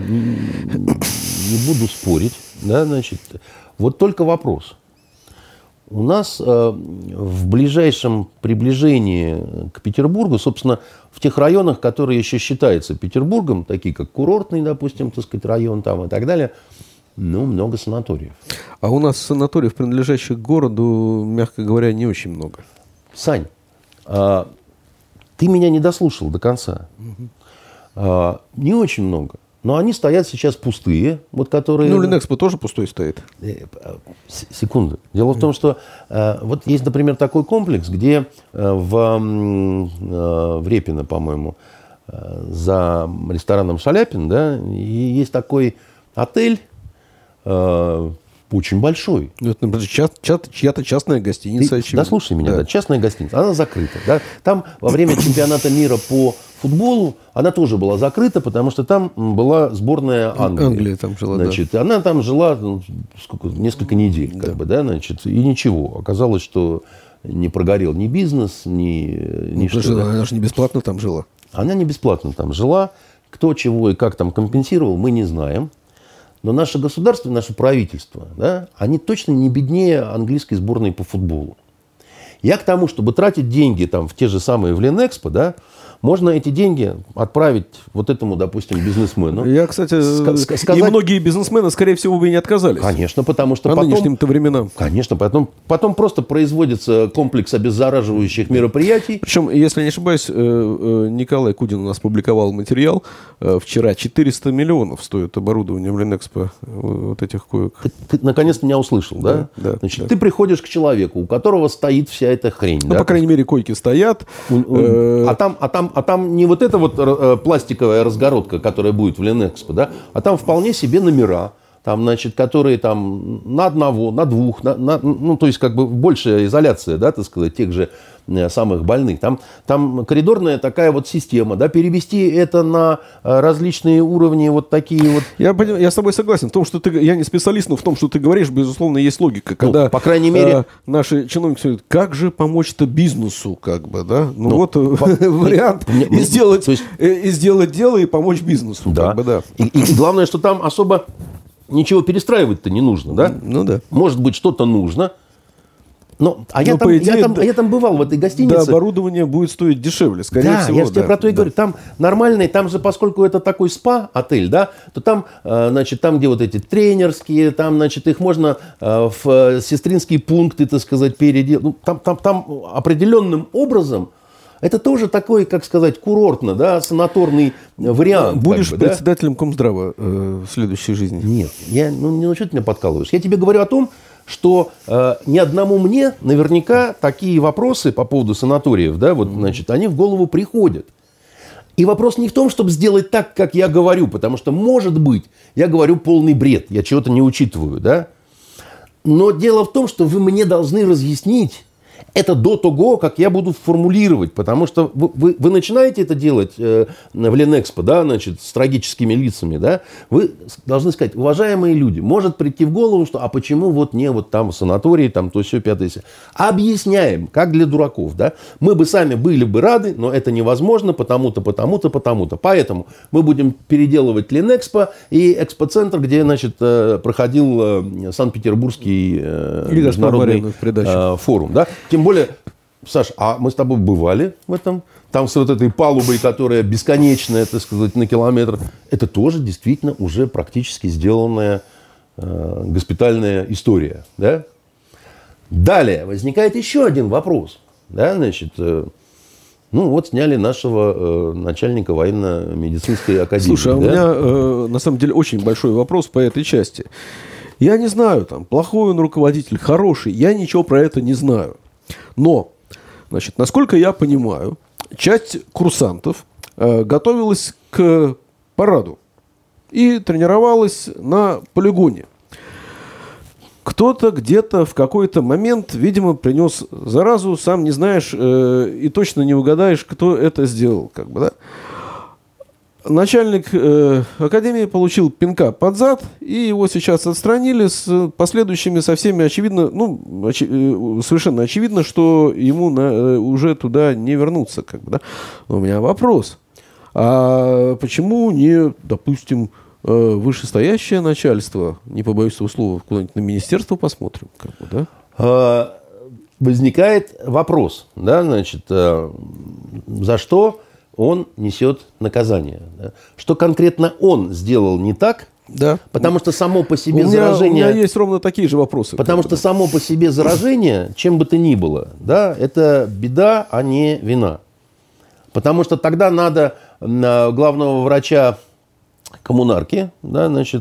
Не буду спорить, да, значит. Вот только вопрос. У нас в ближайшем приближении к Петербургу, собственно, в тех районах, которые еще считаются Петербургом, такие как Курортный, допустим, так сказать, район там и так далее, ну, много санаториев. А у нас санаториев, принадлежащих городу, мягко говоря, не очень много. Сань, ты меня не дослушал до конца. Не очень много. Но они стоят сейчас пустые, вот которые... Ну, Ленэкспо тоже пустой стоит. Секунду. Дело в том, что вот есть, например, такой комплекс, где в Репино, по-моему, за рестораном «Шаляпин», да, и есть такой отель, очень большой. Это, например, чья-то частная гостиница. Да, слушай меня, да. Частная гостиница, она закрыта. Да. Там во время чемпионата мира по футболу она тоже была закрыта, потому что там была сборная Англии. Англия там жила, значит, да. Она там жила несколько недель, да. Как бы, да, значит, и ничего. Оказалось, что не прогорел ни бизнес, ни что. Да. Она же не бесплатно там жила. Она не бесплатно там жила. Кто чего и как там компенсировал, мы не знаем. Но наше государство, наше правительство, да, они точно не беднее английской сборной по футболу. Я к тому, чтобы тратить деньги там, в те же самые в Ленэкспо, да, можно эти деньги отправить вот этому, допустим, бизнесмену. Я, кстати, и многие бизнесмены, скорее всего, бы и не отказались. Конечно, потому что по нынешним-то временам. Конечно, потом просто производится комплекс обеззараживающих мероприятий. Причем, если не ошибаюсь, Николай Кудин у нас публиковал материал. Вчера 400 миллионов стоит оборудование в Ленэкспо вот этих коек. Ты наконец меня услышал, да? Да. Значит, да. Ты приходишь к человеку, у которого стоит вся эта хрень. Ну, да? По крайней мере, койки стоят. А там не вот эта вот пластиковая разгородка, которая будет в Ленэкспо, да, а там вполне себе номера, там, значит, которые там на одного, на двух, ну, то есть как бы большая изоляция, да, так сказать, тех же самых больных. Там коридорная такая вот система, да, перевести это на различные уровни вот такие вот. Я с тобой согласен в том, что я не специалист, но в том, что ты говоришь, безусловно, есть логика. Когда, ну, по крайней мере, наши чиновники говорят, как же помочь-то бизнесу, как бы, да? Ну вот вариант и сделать дело и помочь бизнесу. Да. Как бы, да. И главное, что там особо ничего перестраивать-то не нужно, да? Ну да. Может быть, что-то нужно. Я там бывал в этой гостинице. Да, оборудование будет стоить дешевле, скорее всего. Я тебе про то и говорю. Там нормальный, там же, поскольку это такой спа-отель, да, то там, значит, там, где вот эти тренерские, там, значит, их можно в сестринские пункты, так сказать, переделать. Ну, там определенным образом это тоже такой, как сказать, курортно, да, санаторный вариант. Будешь как бы, председателем Комздрава в следующей жизни? Нет, что ты меня подкалываешь? Я тебе говорю о том, что ни одному мне наверняка такие вопросы по поводу санаториев, да, вот, значит, они в голову приходят. И вопрос не в том, чтобы сделать так, как я говорю, потому что, может быть, я говорю полный бред, я чего-то не учитываю, да. Но дело в том, что вы мне должны разъяснить, Это до того, как я буду формулировать, потому что вы начинаете это делать в Ленэкспо, да, значит, с трагическими лицами, да, вы должны сказать, уважаемые люди, может прийти в голову, что, а почему вот не вот там в санатории, там то все пятое. Объясняем, как для дураков, да. Мы бы сами были бы рады, но это невозможно, потому-то, потому-то, потому-то. Поэтому мы будем переделывать Ленэкспо и Экспоцентр, где, значит, проходил Санкт-Петербургский международный форум, да. Тем более, Саш, а мы с тобой бывали в этом, там с вот этой палубой, которая бесконечная, так сказать, на километр. Это тоже действительно уже практически сделанная госпитальная история, да? Далее возникает еще один вопрос, да, значит, ну вот сняли нашего начальника военно-медицинской академии. Слушай, а да? у меня на самом деле очень большой вопрос по этой части. Я не знаю, там, плохой он руководитель, хороший, я ничего про это не знаю. Но, значит, насколько я понимаю, часть курсантов готовилась к параду и тренировалась на полигоне. Кто-то где-то в какой-то момент, видимо, принес заразу, сам не знаешь и точно не угадаешь, кто это сделал. Как бы, да? Начальник академии получил пинка под зад, и его сейчас отстранили с последующими со всеми, очевидно, совершенно очевидно, что ему уже туда не вернуться. Как бы, да? Но у меня вопрос. А почему не, допустим, вышестоящее начальство, не побоюсь этого слова, куда-нибудь на министерство посмотрим? Как бы, да? Возникает вопрос, да, значит, за что он несет наказание. Да? Что конкретно он сделал не так, да. Потому что само по себе заражение... У меня есть ровно такие же вопросы. Потому что само по себе заражение, чем бы то ни было, да, это беда, а не вина. Потому что тогда надо главного врача коммунарки, да, значит,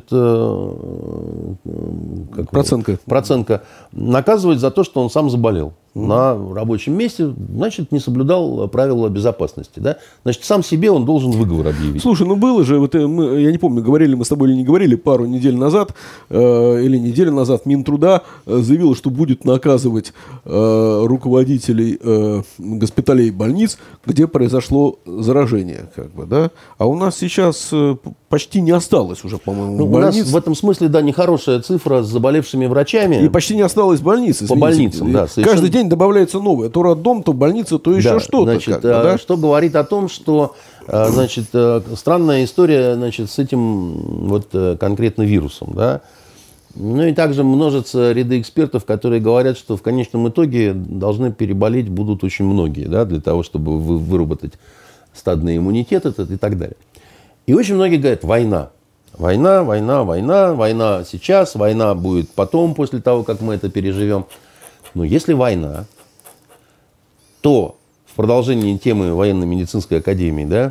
Проценко наказывать за то, что он сам заболел на рабочем месте, значит, не соблюдал правила безопасности. Да? Значит, сам себе он должен выговор объявить. Слушай, ну было же, вот я не помню, говорили мы с тобой или не говорили, пару недель назад, или неделю назад Минтруда заявил, что будет наказывать руководителей госпиталей и больниц, где произошло заражение. Как бы, да? А у нас сейчас почти не осталось уже, по-моему, больниц. У нас в этом смысле, да, нехорошая цифра с заболевшими врачами. И почти не осталось больниц. По больницам, да. Каждый день добавляется новое. То роддом, то больница, то еще что-то. Значит, да? Что говорит о том, что, значит, странная история, значит, с этим вот конкретно вирусом, да. Ну и также множатся ряды экспертов, которые говорят, что в конечном итоге должны переболеть будут очень многие, да, для того, чтобы выработать стадный иммунитет и так далее. И очень многие говорят, война. Война, война, война, война сейчас, война будет потом, после того, как мы это переживем. Но если война, то в продолжении темы военно-медицинской академии, да,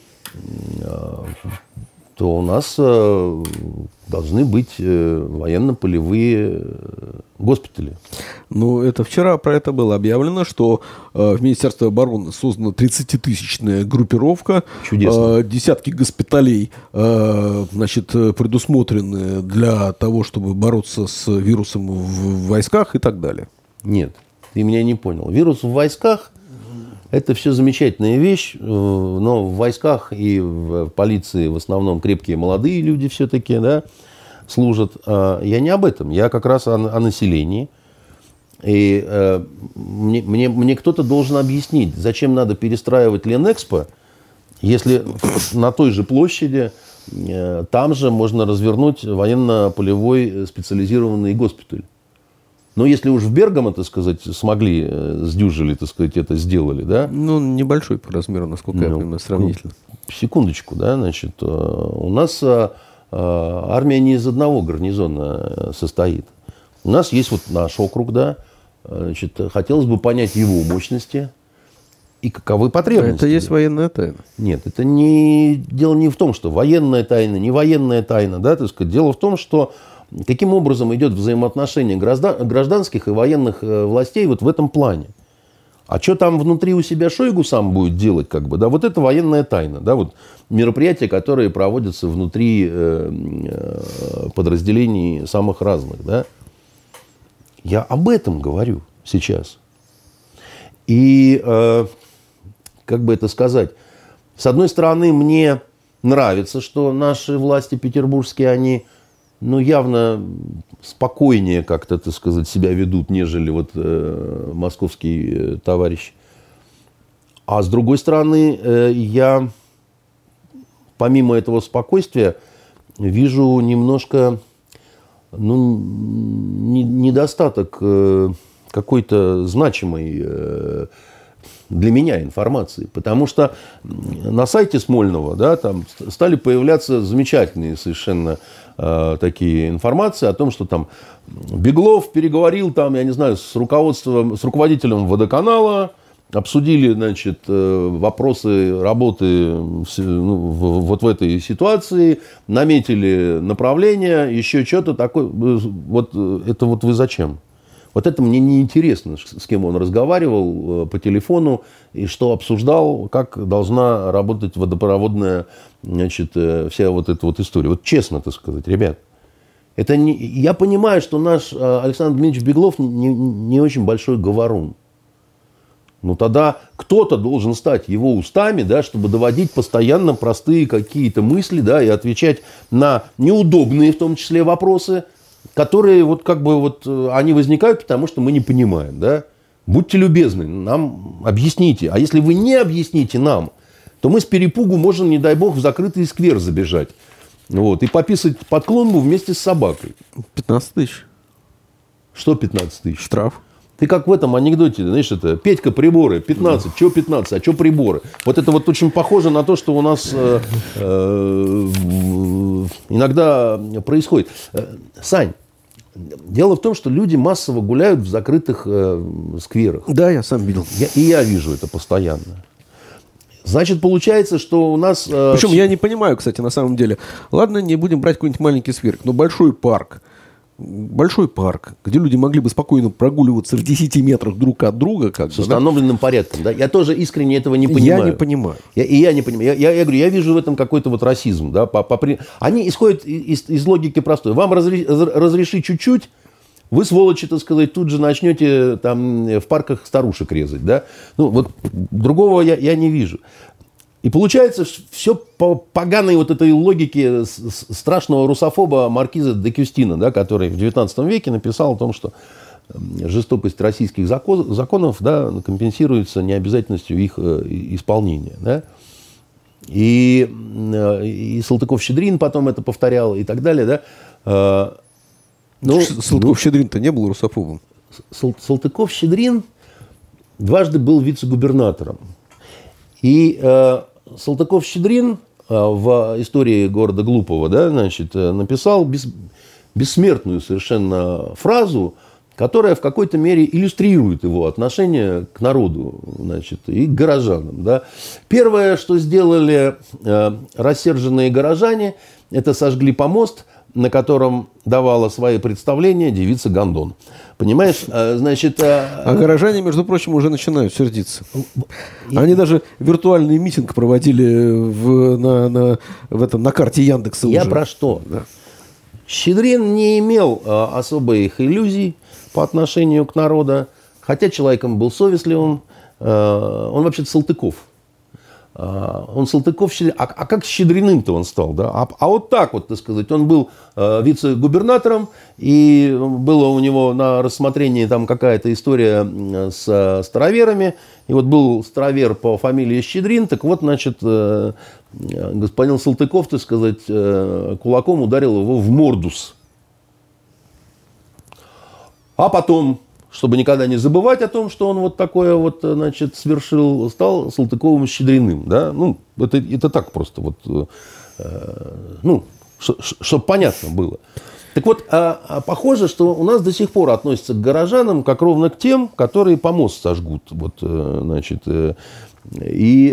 то у нас должны быть военно-полевые госпитали. Ну, это вчера про это было объявлено, что в Министерстве обороны создана 30-тысячная группировка. Чудесно. Десятки госпиталей, значит, предусмотрены для того, чтобы бороться с вирусом в войсках и так далее. Нет, ты меня не понял. Вирус в войсках – это все замечательная вещь, но в войсках и в полиции в основном крепкие молодые люди все-таки, да, служат. Я не об этом, я как раз о населении. И мне кто-то должен объяснить, зачем надо перестраивать Ленэкспо, если на той же площади там же можно развернуть военно-полевой специализированный госпиталь. Но если уж в Бергамо, так сказать, смогли, сдюжили, так сказать, это сделали, да? Ну, небольшой по размеру, насколько я понимаю, сравнительно. Секундочку, да, значит, у нас армия не из одного гарнизона состоит. У нас есть вот наш округ, да, значит, хотелось бы понять его мощности и каковы потребности. Это есть военная тайна. Нет, это дело не в том, что военная тайна, не военная тайна, да, так сказать. Дело в том, что каким образом идет взаимоотношение гражданских и военных властей вот в этом плане. А что там внутри у себя Шойгу сам будет делать, как бы, да, вот это военная тайна, да, вот мероприятия, которые проводятся внутри подразделений самых разных, да. Я об этом говорю сейчас. И, как бы это сказать, с одной стороны, мне нравится, что наши власти петербургские, они, ну, явно спокойнее как-то, так сказать, себя ведут, нежели вот московский товарищ. А с другой стороны, я, помимо этого спокойствия, вижу немножко, ну, недостаток какой-то значимой для меня информации. Потому что на сайте Смольного, да, там стали появляться замечательные совершенно такие информации о том, что там Беглов переговорил там, я не знаю, с руководителем водоканала, обсудили, значит, вопросы работы вот в этой ситуации, наметили направление, еще что-то такое. Вот это вот вы зачем? Вот это мне не интересно, с кем он разговаривал по телефону и что обсуждал, как должна работать водопроводная, значит, вся вот эта вот история. Вот честно, так сказать, ребят. Это не, я понимаю, что наш Александр Дмитриевич Беглов не очень большой говорун. Но тогда кто-то должен стать его устами, да, чтобы доводить постоянно простые какие-то мысли, да, и отвечать на неудобные, в том числе, вопросы, которые вот как бы вот они возникают, потому что мы не понимаем, да. Будьте любезны, нам объясните. А если вы не объясните нам, то мы с перепугу можем, не дай бог, в закрытый сквер забежать. Вот, и пописать под клумбу вместе с собакой. 15 тысяч. Что 15 тысяч? Штраф. Ты как в этом анекдоте, знаешь, это Петька приборы, 15, чего 15, а что приборы? Вот это вот очень похоже на то, что у нас иногда происходит. Сань, дело в том, что люди массово гуляют в закрытых скверах. Да, я сам видел. Я вижу это постоянно. Значит, получается, что у нас... Причем я не понимаю, кстати, на самом деле. Ладно, не будем брать какой-нибудь маленький скверик, но большой парк, где люди могли бы спокойно прогуливаться в 10 метрах друг от друга. Как с установленным порядком. Да? Я тоже искренне этого не понимаю. Я не понимаю. Я не понимаю. Я говорю, я вижу в этом какой-то вот расизм. Да? Они исходят из логики простой. Вам разреши чуть-чуть, вы, сволочи, так сказать, тут же начнете там в парках старушек резать. Да? Ну, вот другого я не вижу. И получается, все по поганой вот этой логике страшного русофоба маркиза де Кюстина, да, который в 19 веке написал о том, что жестокость российских законов, да, компенсируется необязательностью их исполнения. Да. И Салтыков-Щедрин потом это повторял и так далее. Да. Салтыков-Щедрин-то не был русофобом. Салтыков-Щедрин дважды был вице-губернатором. И Салтыков-Щедрин в истории города Глупого, да, значит, написал бессмертную совершенно фразу, которая в какой-то мере иллюстрирует его отношение к народу, значит, и к горожанам. Да. Первое, что сделали рассерженные горожане, это сожгли помост, на котором давала свои представления девица Гондон. Понимаешь? Значит, а горожане, между прочим, уже начинают сердиться. Они даже виртуальный митинг проводили на карте Яндекса. Я уже. Про что? Да. Щедрин не имел особых иллюзий по отношению к народу, хотя человеком был совестливым. Он вообще-то Салтыков. Он Салтыков-Щедрин. А как Щедриным-то он стал? Да? А вот так вот, так сказать, он был вице-губернатором, и было у него на рассмотрении там какая-то история с староверами. И вот был старовер по фамилии Щедрин, так вот, значит, господин Салтыков, так сказать, кулаком ударил его в мордус. А потом, чтобы никогда не забывать о том, что он вот такое вот, значит, совершил, стал Салтыковым-Щедриным. Да? Ну, это так просто, вот, ну, чтобы понятно было. Так вот, похоже, что у нас до сих пор относятся к горожанам как ровно к тем, которые помост сожгут. Вот, значит, и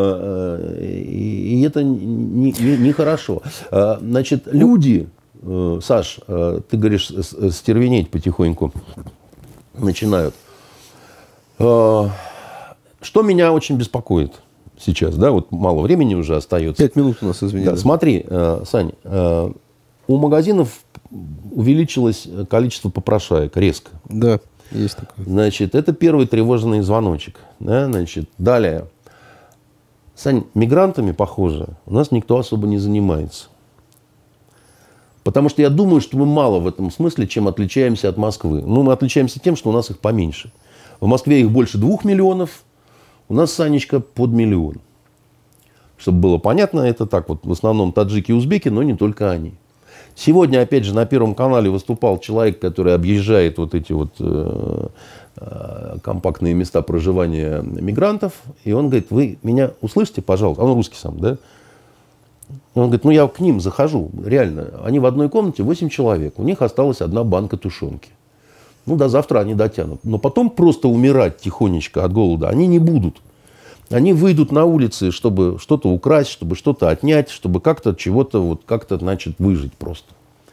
это нехорошо. Значит, люди, Саш, ты говоришь, стервенеть потихоньку начинают. Что меня очень беспокоит сейчас, да, вот мало времени уже остается. 5 минут у нас, извини. Да, смотри, Сань, у магазинов увеличилось количество попрошаек резко. Да. Есть такое. Значит, это первый тревожный звоночек. Да? Значит, далее. Сань, мигрантами, похоже, у нас никто особо не занимается. Потому что я думаю, что мы мало в этом смысле, чем отличаемся от Москвы. Ну, мы отличаемся тем, что у нас их поменьше. В Москве их больше 2 миллионов, у нас, Санечка, под 1 миллион. Чтобы было понятно, это так вот в основном таджики и узбеки, но не только они. Сегодня, опять же, на Первом канале выступал человек, который объезжает вот эти вот компактные места проживания мигрантов. И он говорит, вы меня услышите, пожалуйста? Он русский сам, да? Он говорит, ну я к ним захожу, реально. Они в одной комнате 8 человек. У них осталась 1 банка тушенки. Ну, до завтра они дотянут. Но потом просто умирать тихонечко от голода они не будут. Они выйдут на улицы, чтобы что-то украсть, чтобы что-то отнять, чтобы как-то чего-то, вот как-то, значит, выжить просто.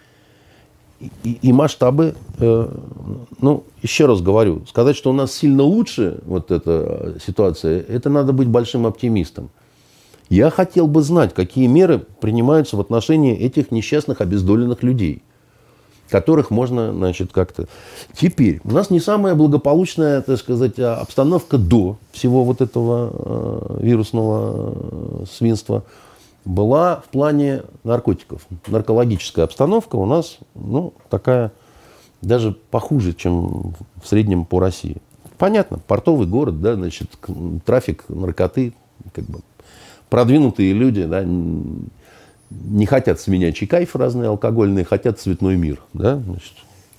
И масштабы, ну, еще раз говорю, сказать, что у нас сильно лучше вот эта ситуация, это надо быть большим оптимистом. Я хотел бы знать, какие меры принимаются в отношении этих несчастных обездоленных людей, которых можно, значит, как-то... Теперь, у нас не самая благополучная, так сказать, обстановка до всего вот этого вирусного свинства была в плане наркотиков. Наркологическая обстановка у нас, ну, такая даже похуже, чем в среднем по России. Понятно, портовый город, да, значит, трафик наркоты, как бы продвинутые люди, да, не хотят сменячий кайф разные алкогольные, хотят цветной мир. Да? Значит.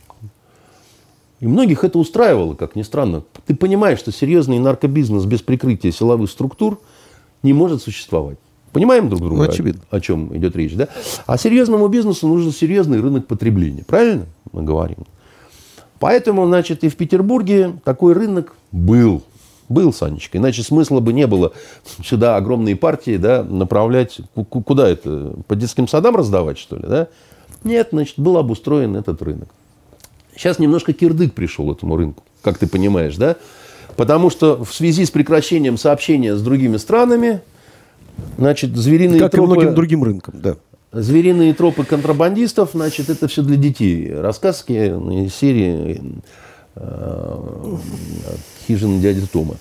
И многих это устраивало, как ни странно. Ты понимаешь, что серьезный наркобизнес без прикрытия силовых структур не может существовать. Понимаем друг друга, очевидно, о чем идет речь? Да? А серьезному бизнесу нужен серьезный рынок потребления. Правильно мы говорим? Поэтому, значит, и в Петербурге такой рынок был. Был, Санечка. Иначе смысла бы не было сюда огромные партии, да, направлять. Куда это? По детским садам раздавать, что ли? Да? Нет, значит, был обустроен этот рынок. Сейчас немножко кирдык пришел этому рынку, как ты понимаешь, да? Потому что в связи с прекращением сообщения с другими странами, значит, звериные как тропы... и многим другим рынкам, да. Звериные тропы контрабандистов, значит, это все для детей. Рассказки из серии... «Хижина дяди Тома».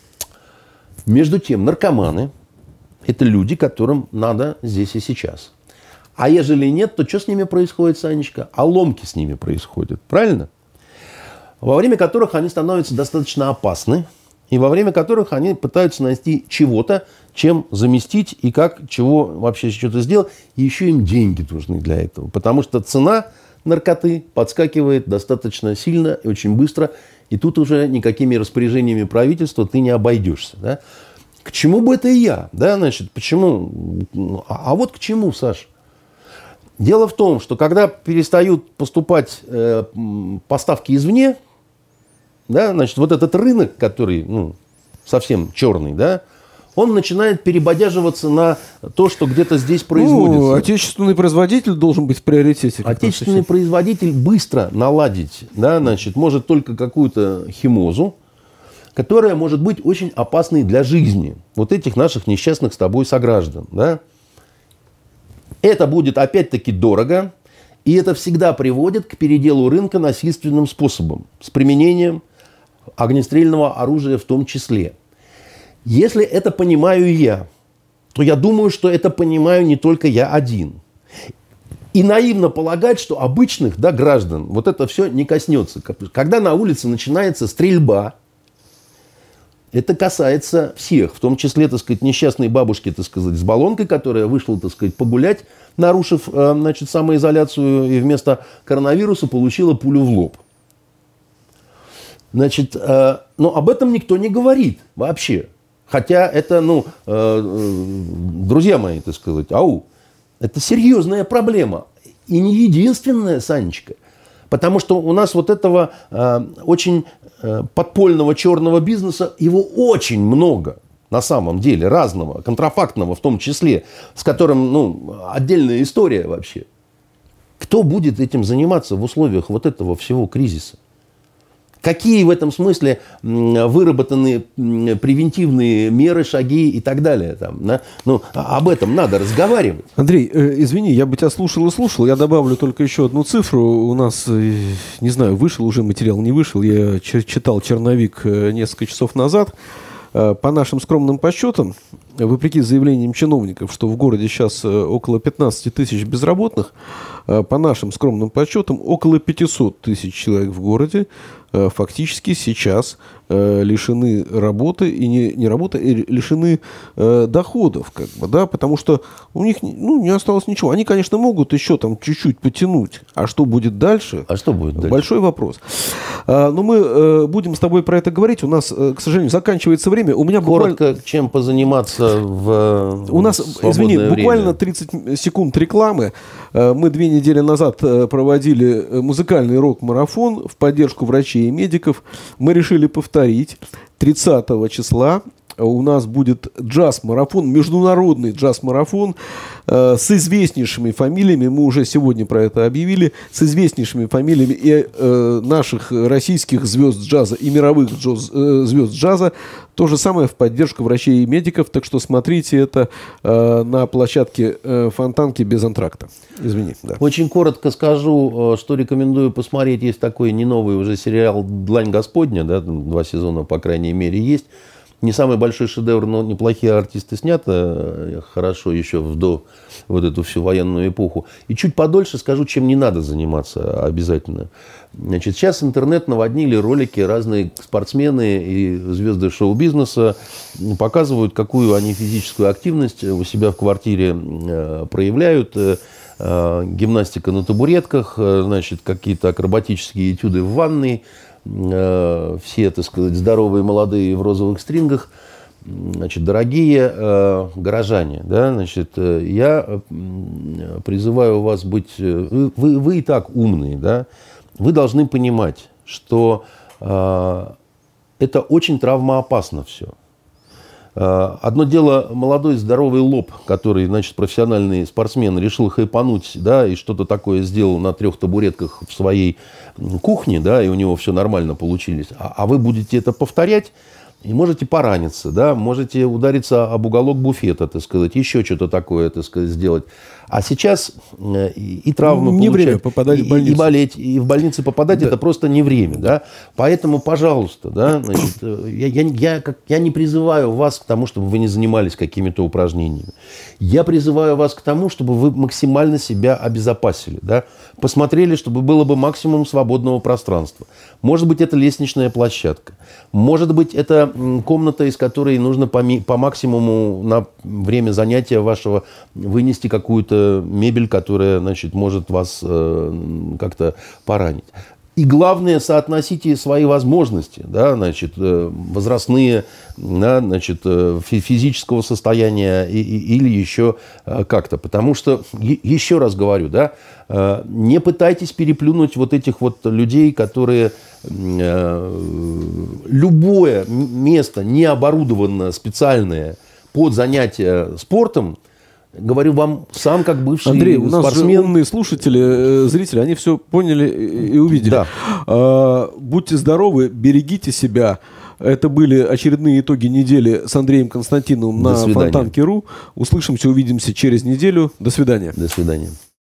Между тем, наркоманы – это люди, которым надо здесь и сейчас. А ежели нет, то что с ними происходит, Санечка? А ломки с ними происходят, правильно? Во время которых они становятся достаточно опасны, и во время которых они пытаются найти чего-то, чем заместить и как, чего вообще что-то сделать. И еще им деньги нужны для этого. Потому что цена наркоты подскакивает достаточно сильно и очень быстро. И тут уже никакими распоряжениями правительства ты не обойдешься. Да? К чему бы это и я? Да, значит, почему? А вот к чему, Саш? Дело в том, что когда перестают поступать поставки извне, да, значит, вот этот рынок, который совсем черный, да, он начинает перебодяживаться на то, что где-то здесь производится. Ну, отечественный производитель должен быть в приоритете. Отечественный производитель быстро наладить, да, значит, может только какую-то химозу, которая может быть очень опасной для жизни вот этих наших несчастных с тобой сограждан. Да? Это будет опять-таки дорого, и это всегда приводит к переделу рынка насильственным способом, с применением огнестрельного оружия в том числе. Если это понимаю я, то я думаю, что это понимаю не только я один. И наивно полагать, что обычных, да, граждан вот это все не коснется. Когда на улице начинается стрельба, это касается всех, в том числе, так сказать, несчастной бабушки, так сказать, с баллонкой, которая вышла, так сказать, погулять, нарушив, значит, самоизоляцию и вместо коронавируса получила пулю в лоб. Значит, но об этом никто не говорит вообще. Хотя это, друзья мои, так сказать, это серьезная проблема. И не единственная, Санечка. Потому что у нас вот этого очень подпольного черного бизнеса, его очень много на самом деле, разного, контрафактного в том числе, с которым, отдельная история вообще. Кто будет этим заниматься в условиях вот этого всего кризиса? Какие в этом смысле выработаны превентивные меры, шаги и так далее? Там, да? Ну, об этом надо разговаривать. Андрей, извини, я бы тебя слушал и слушал. Я добавлю только еще одну цифру. У нас, не знаю, вышел уже материал, не вышел. Я читал черновик несколько часов назад. По нашим скромным подсчетам, вопреки заявлениям чиновников, что в городе сейчас около 15 тысяч безработных, по нашим скромным подсчетам, около 500 тысяч человек в городе фактически сейчас лишены работы, и не работы, и лишены доходов, как бы, да, потому что у них не осталось ничего. Они, конечно, могут еще там чуть-чуть потянуть, а что будет дальше? А что будет дальше? Большой вопрос. Но мы будем с тобой про это говорить. У нас, к сожалению, заканчивается время. У меня коротко, чем позаниматься у нас, извини, буквально 30 секунд рекламы. Мы 2 недели назад проводили музыкальный рок-марафон в поддержку врачей и медиков. Мы решили повторить. 30 числа у нас будет джаз-марафон, международный джаз-марафон с известнейшими фамилиями. Мы уже сегодня про это объявили. С известнейшими фамилиями и наших российских звезд джаза, и мировых звезд джаза. То же самое в поддержку врачей и медиков. Так что смотрите это на площадке Фонтанки без антракта. Извини. Да. Очень коротко скажу, что рекомендую посмотреть. Есть такой не новый уже сериал «Длань Господня». Да, 2 сезона, по крайней мере, есть. Не самый большой шедевр, но неплохие артисты снято хорошо еще до вот эту всю военную эпоху. И чуть подольше скажу, чем не надо заниматься обязательно. Значит, сейчас интернет наводнили ролики, разные спортсмены и звезды шоу-бизнеса показывают, какую они физическую активность у себя в квартире проявляют. Гимнастика на табуретках, значит, какие-то акробатические этюды в ванной. Все, так сказать, здоровые, молодые в розовых стрингах, значит, дорогие горожане, да, значит, я призываю вас быть, вы и так умные, да, вы должны понимать, что это очень травмоопасно все. Одно дело молодой здоровый лоб, который, значит, профессиональный спортсмен решил хайпануть, да, и что-то такое сделал на 3 табуретках в своей кухне, да, и у него все нормально получилось. А вы будете это повторять и можете пораниться, да, можете удариться об уголок буфета, так сказать, еще что-то такое, так сказать, сделать. А сейчас и травмы не получать, время попадать в больницу. И болеть, и в больнице попадать, да. Это просто не время, да. Поэтому, пожалуйста, да, значит, я не призываю вас к тому, чтобы вы не занимались какими-то упражнениями. Я призываю вас к тому, чтобы вы максимально себя обезопасили, да. Посмотрели, чтобы было бы максимум свободного пространства. Может быть, это лестничная площадка. Может быть, это комната, из которой нужно по максимуму на время занятия вашего вынести какую-то мебель, которая, значит, может вас как-то поранить. И главное, соотносите свои возможности, да, значит, возрастные, да, значит, физического состояния или еще как-то. Потому что, еще раз говорю, да, не пытайтесь переплюнуть вот этих вот людей, которые любое место, не оборудованное специальное под занятие спортом, говорю вам сам, как бывший Андрей, у нас спортсмен. же умные слушатели, зрители, они все поняли и увидели. Да. Будьте здоровы, берегите себя. Это были очередные итоги недели с Андреем Константиновым на Фонтанке.ру. Услышимся, увидимся через неделю. До свидания. До свидания.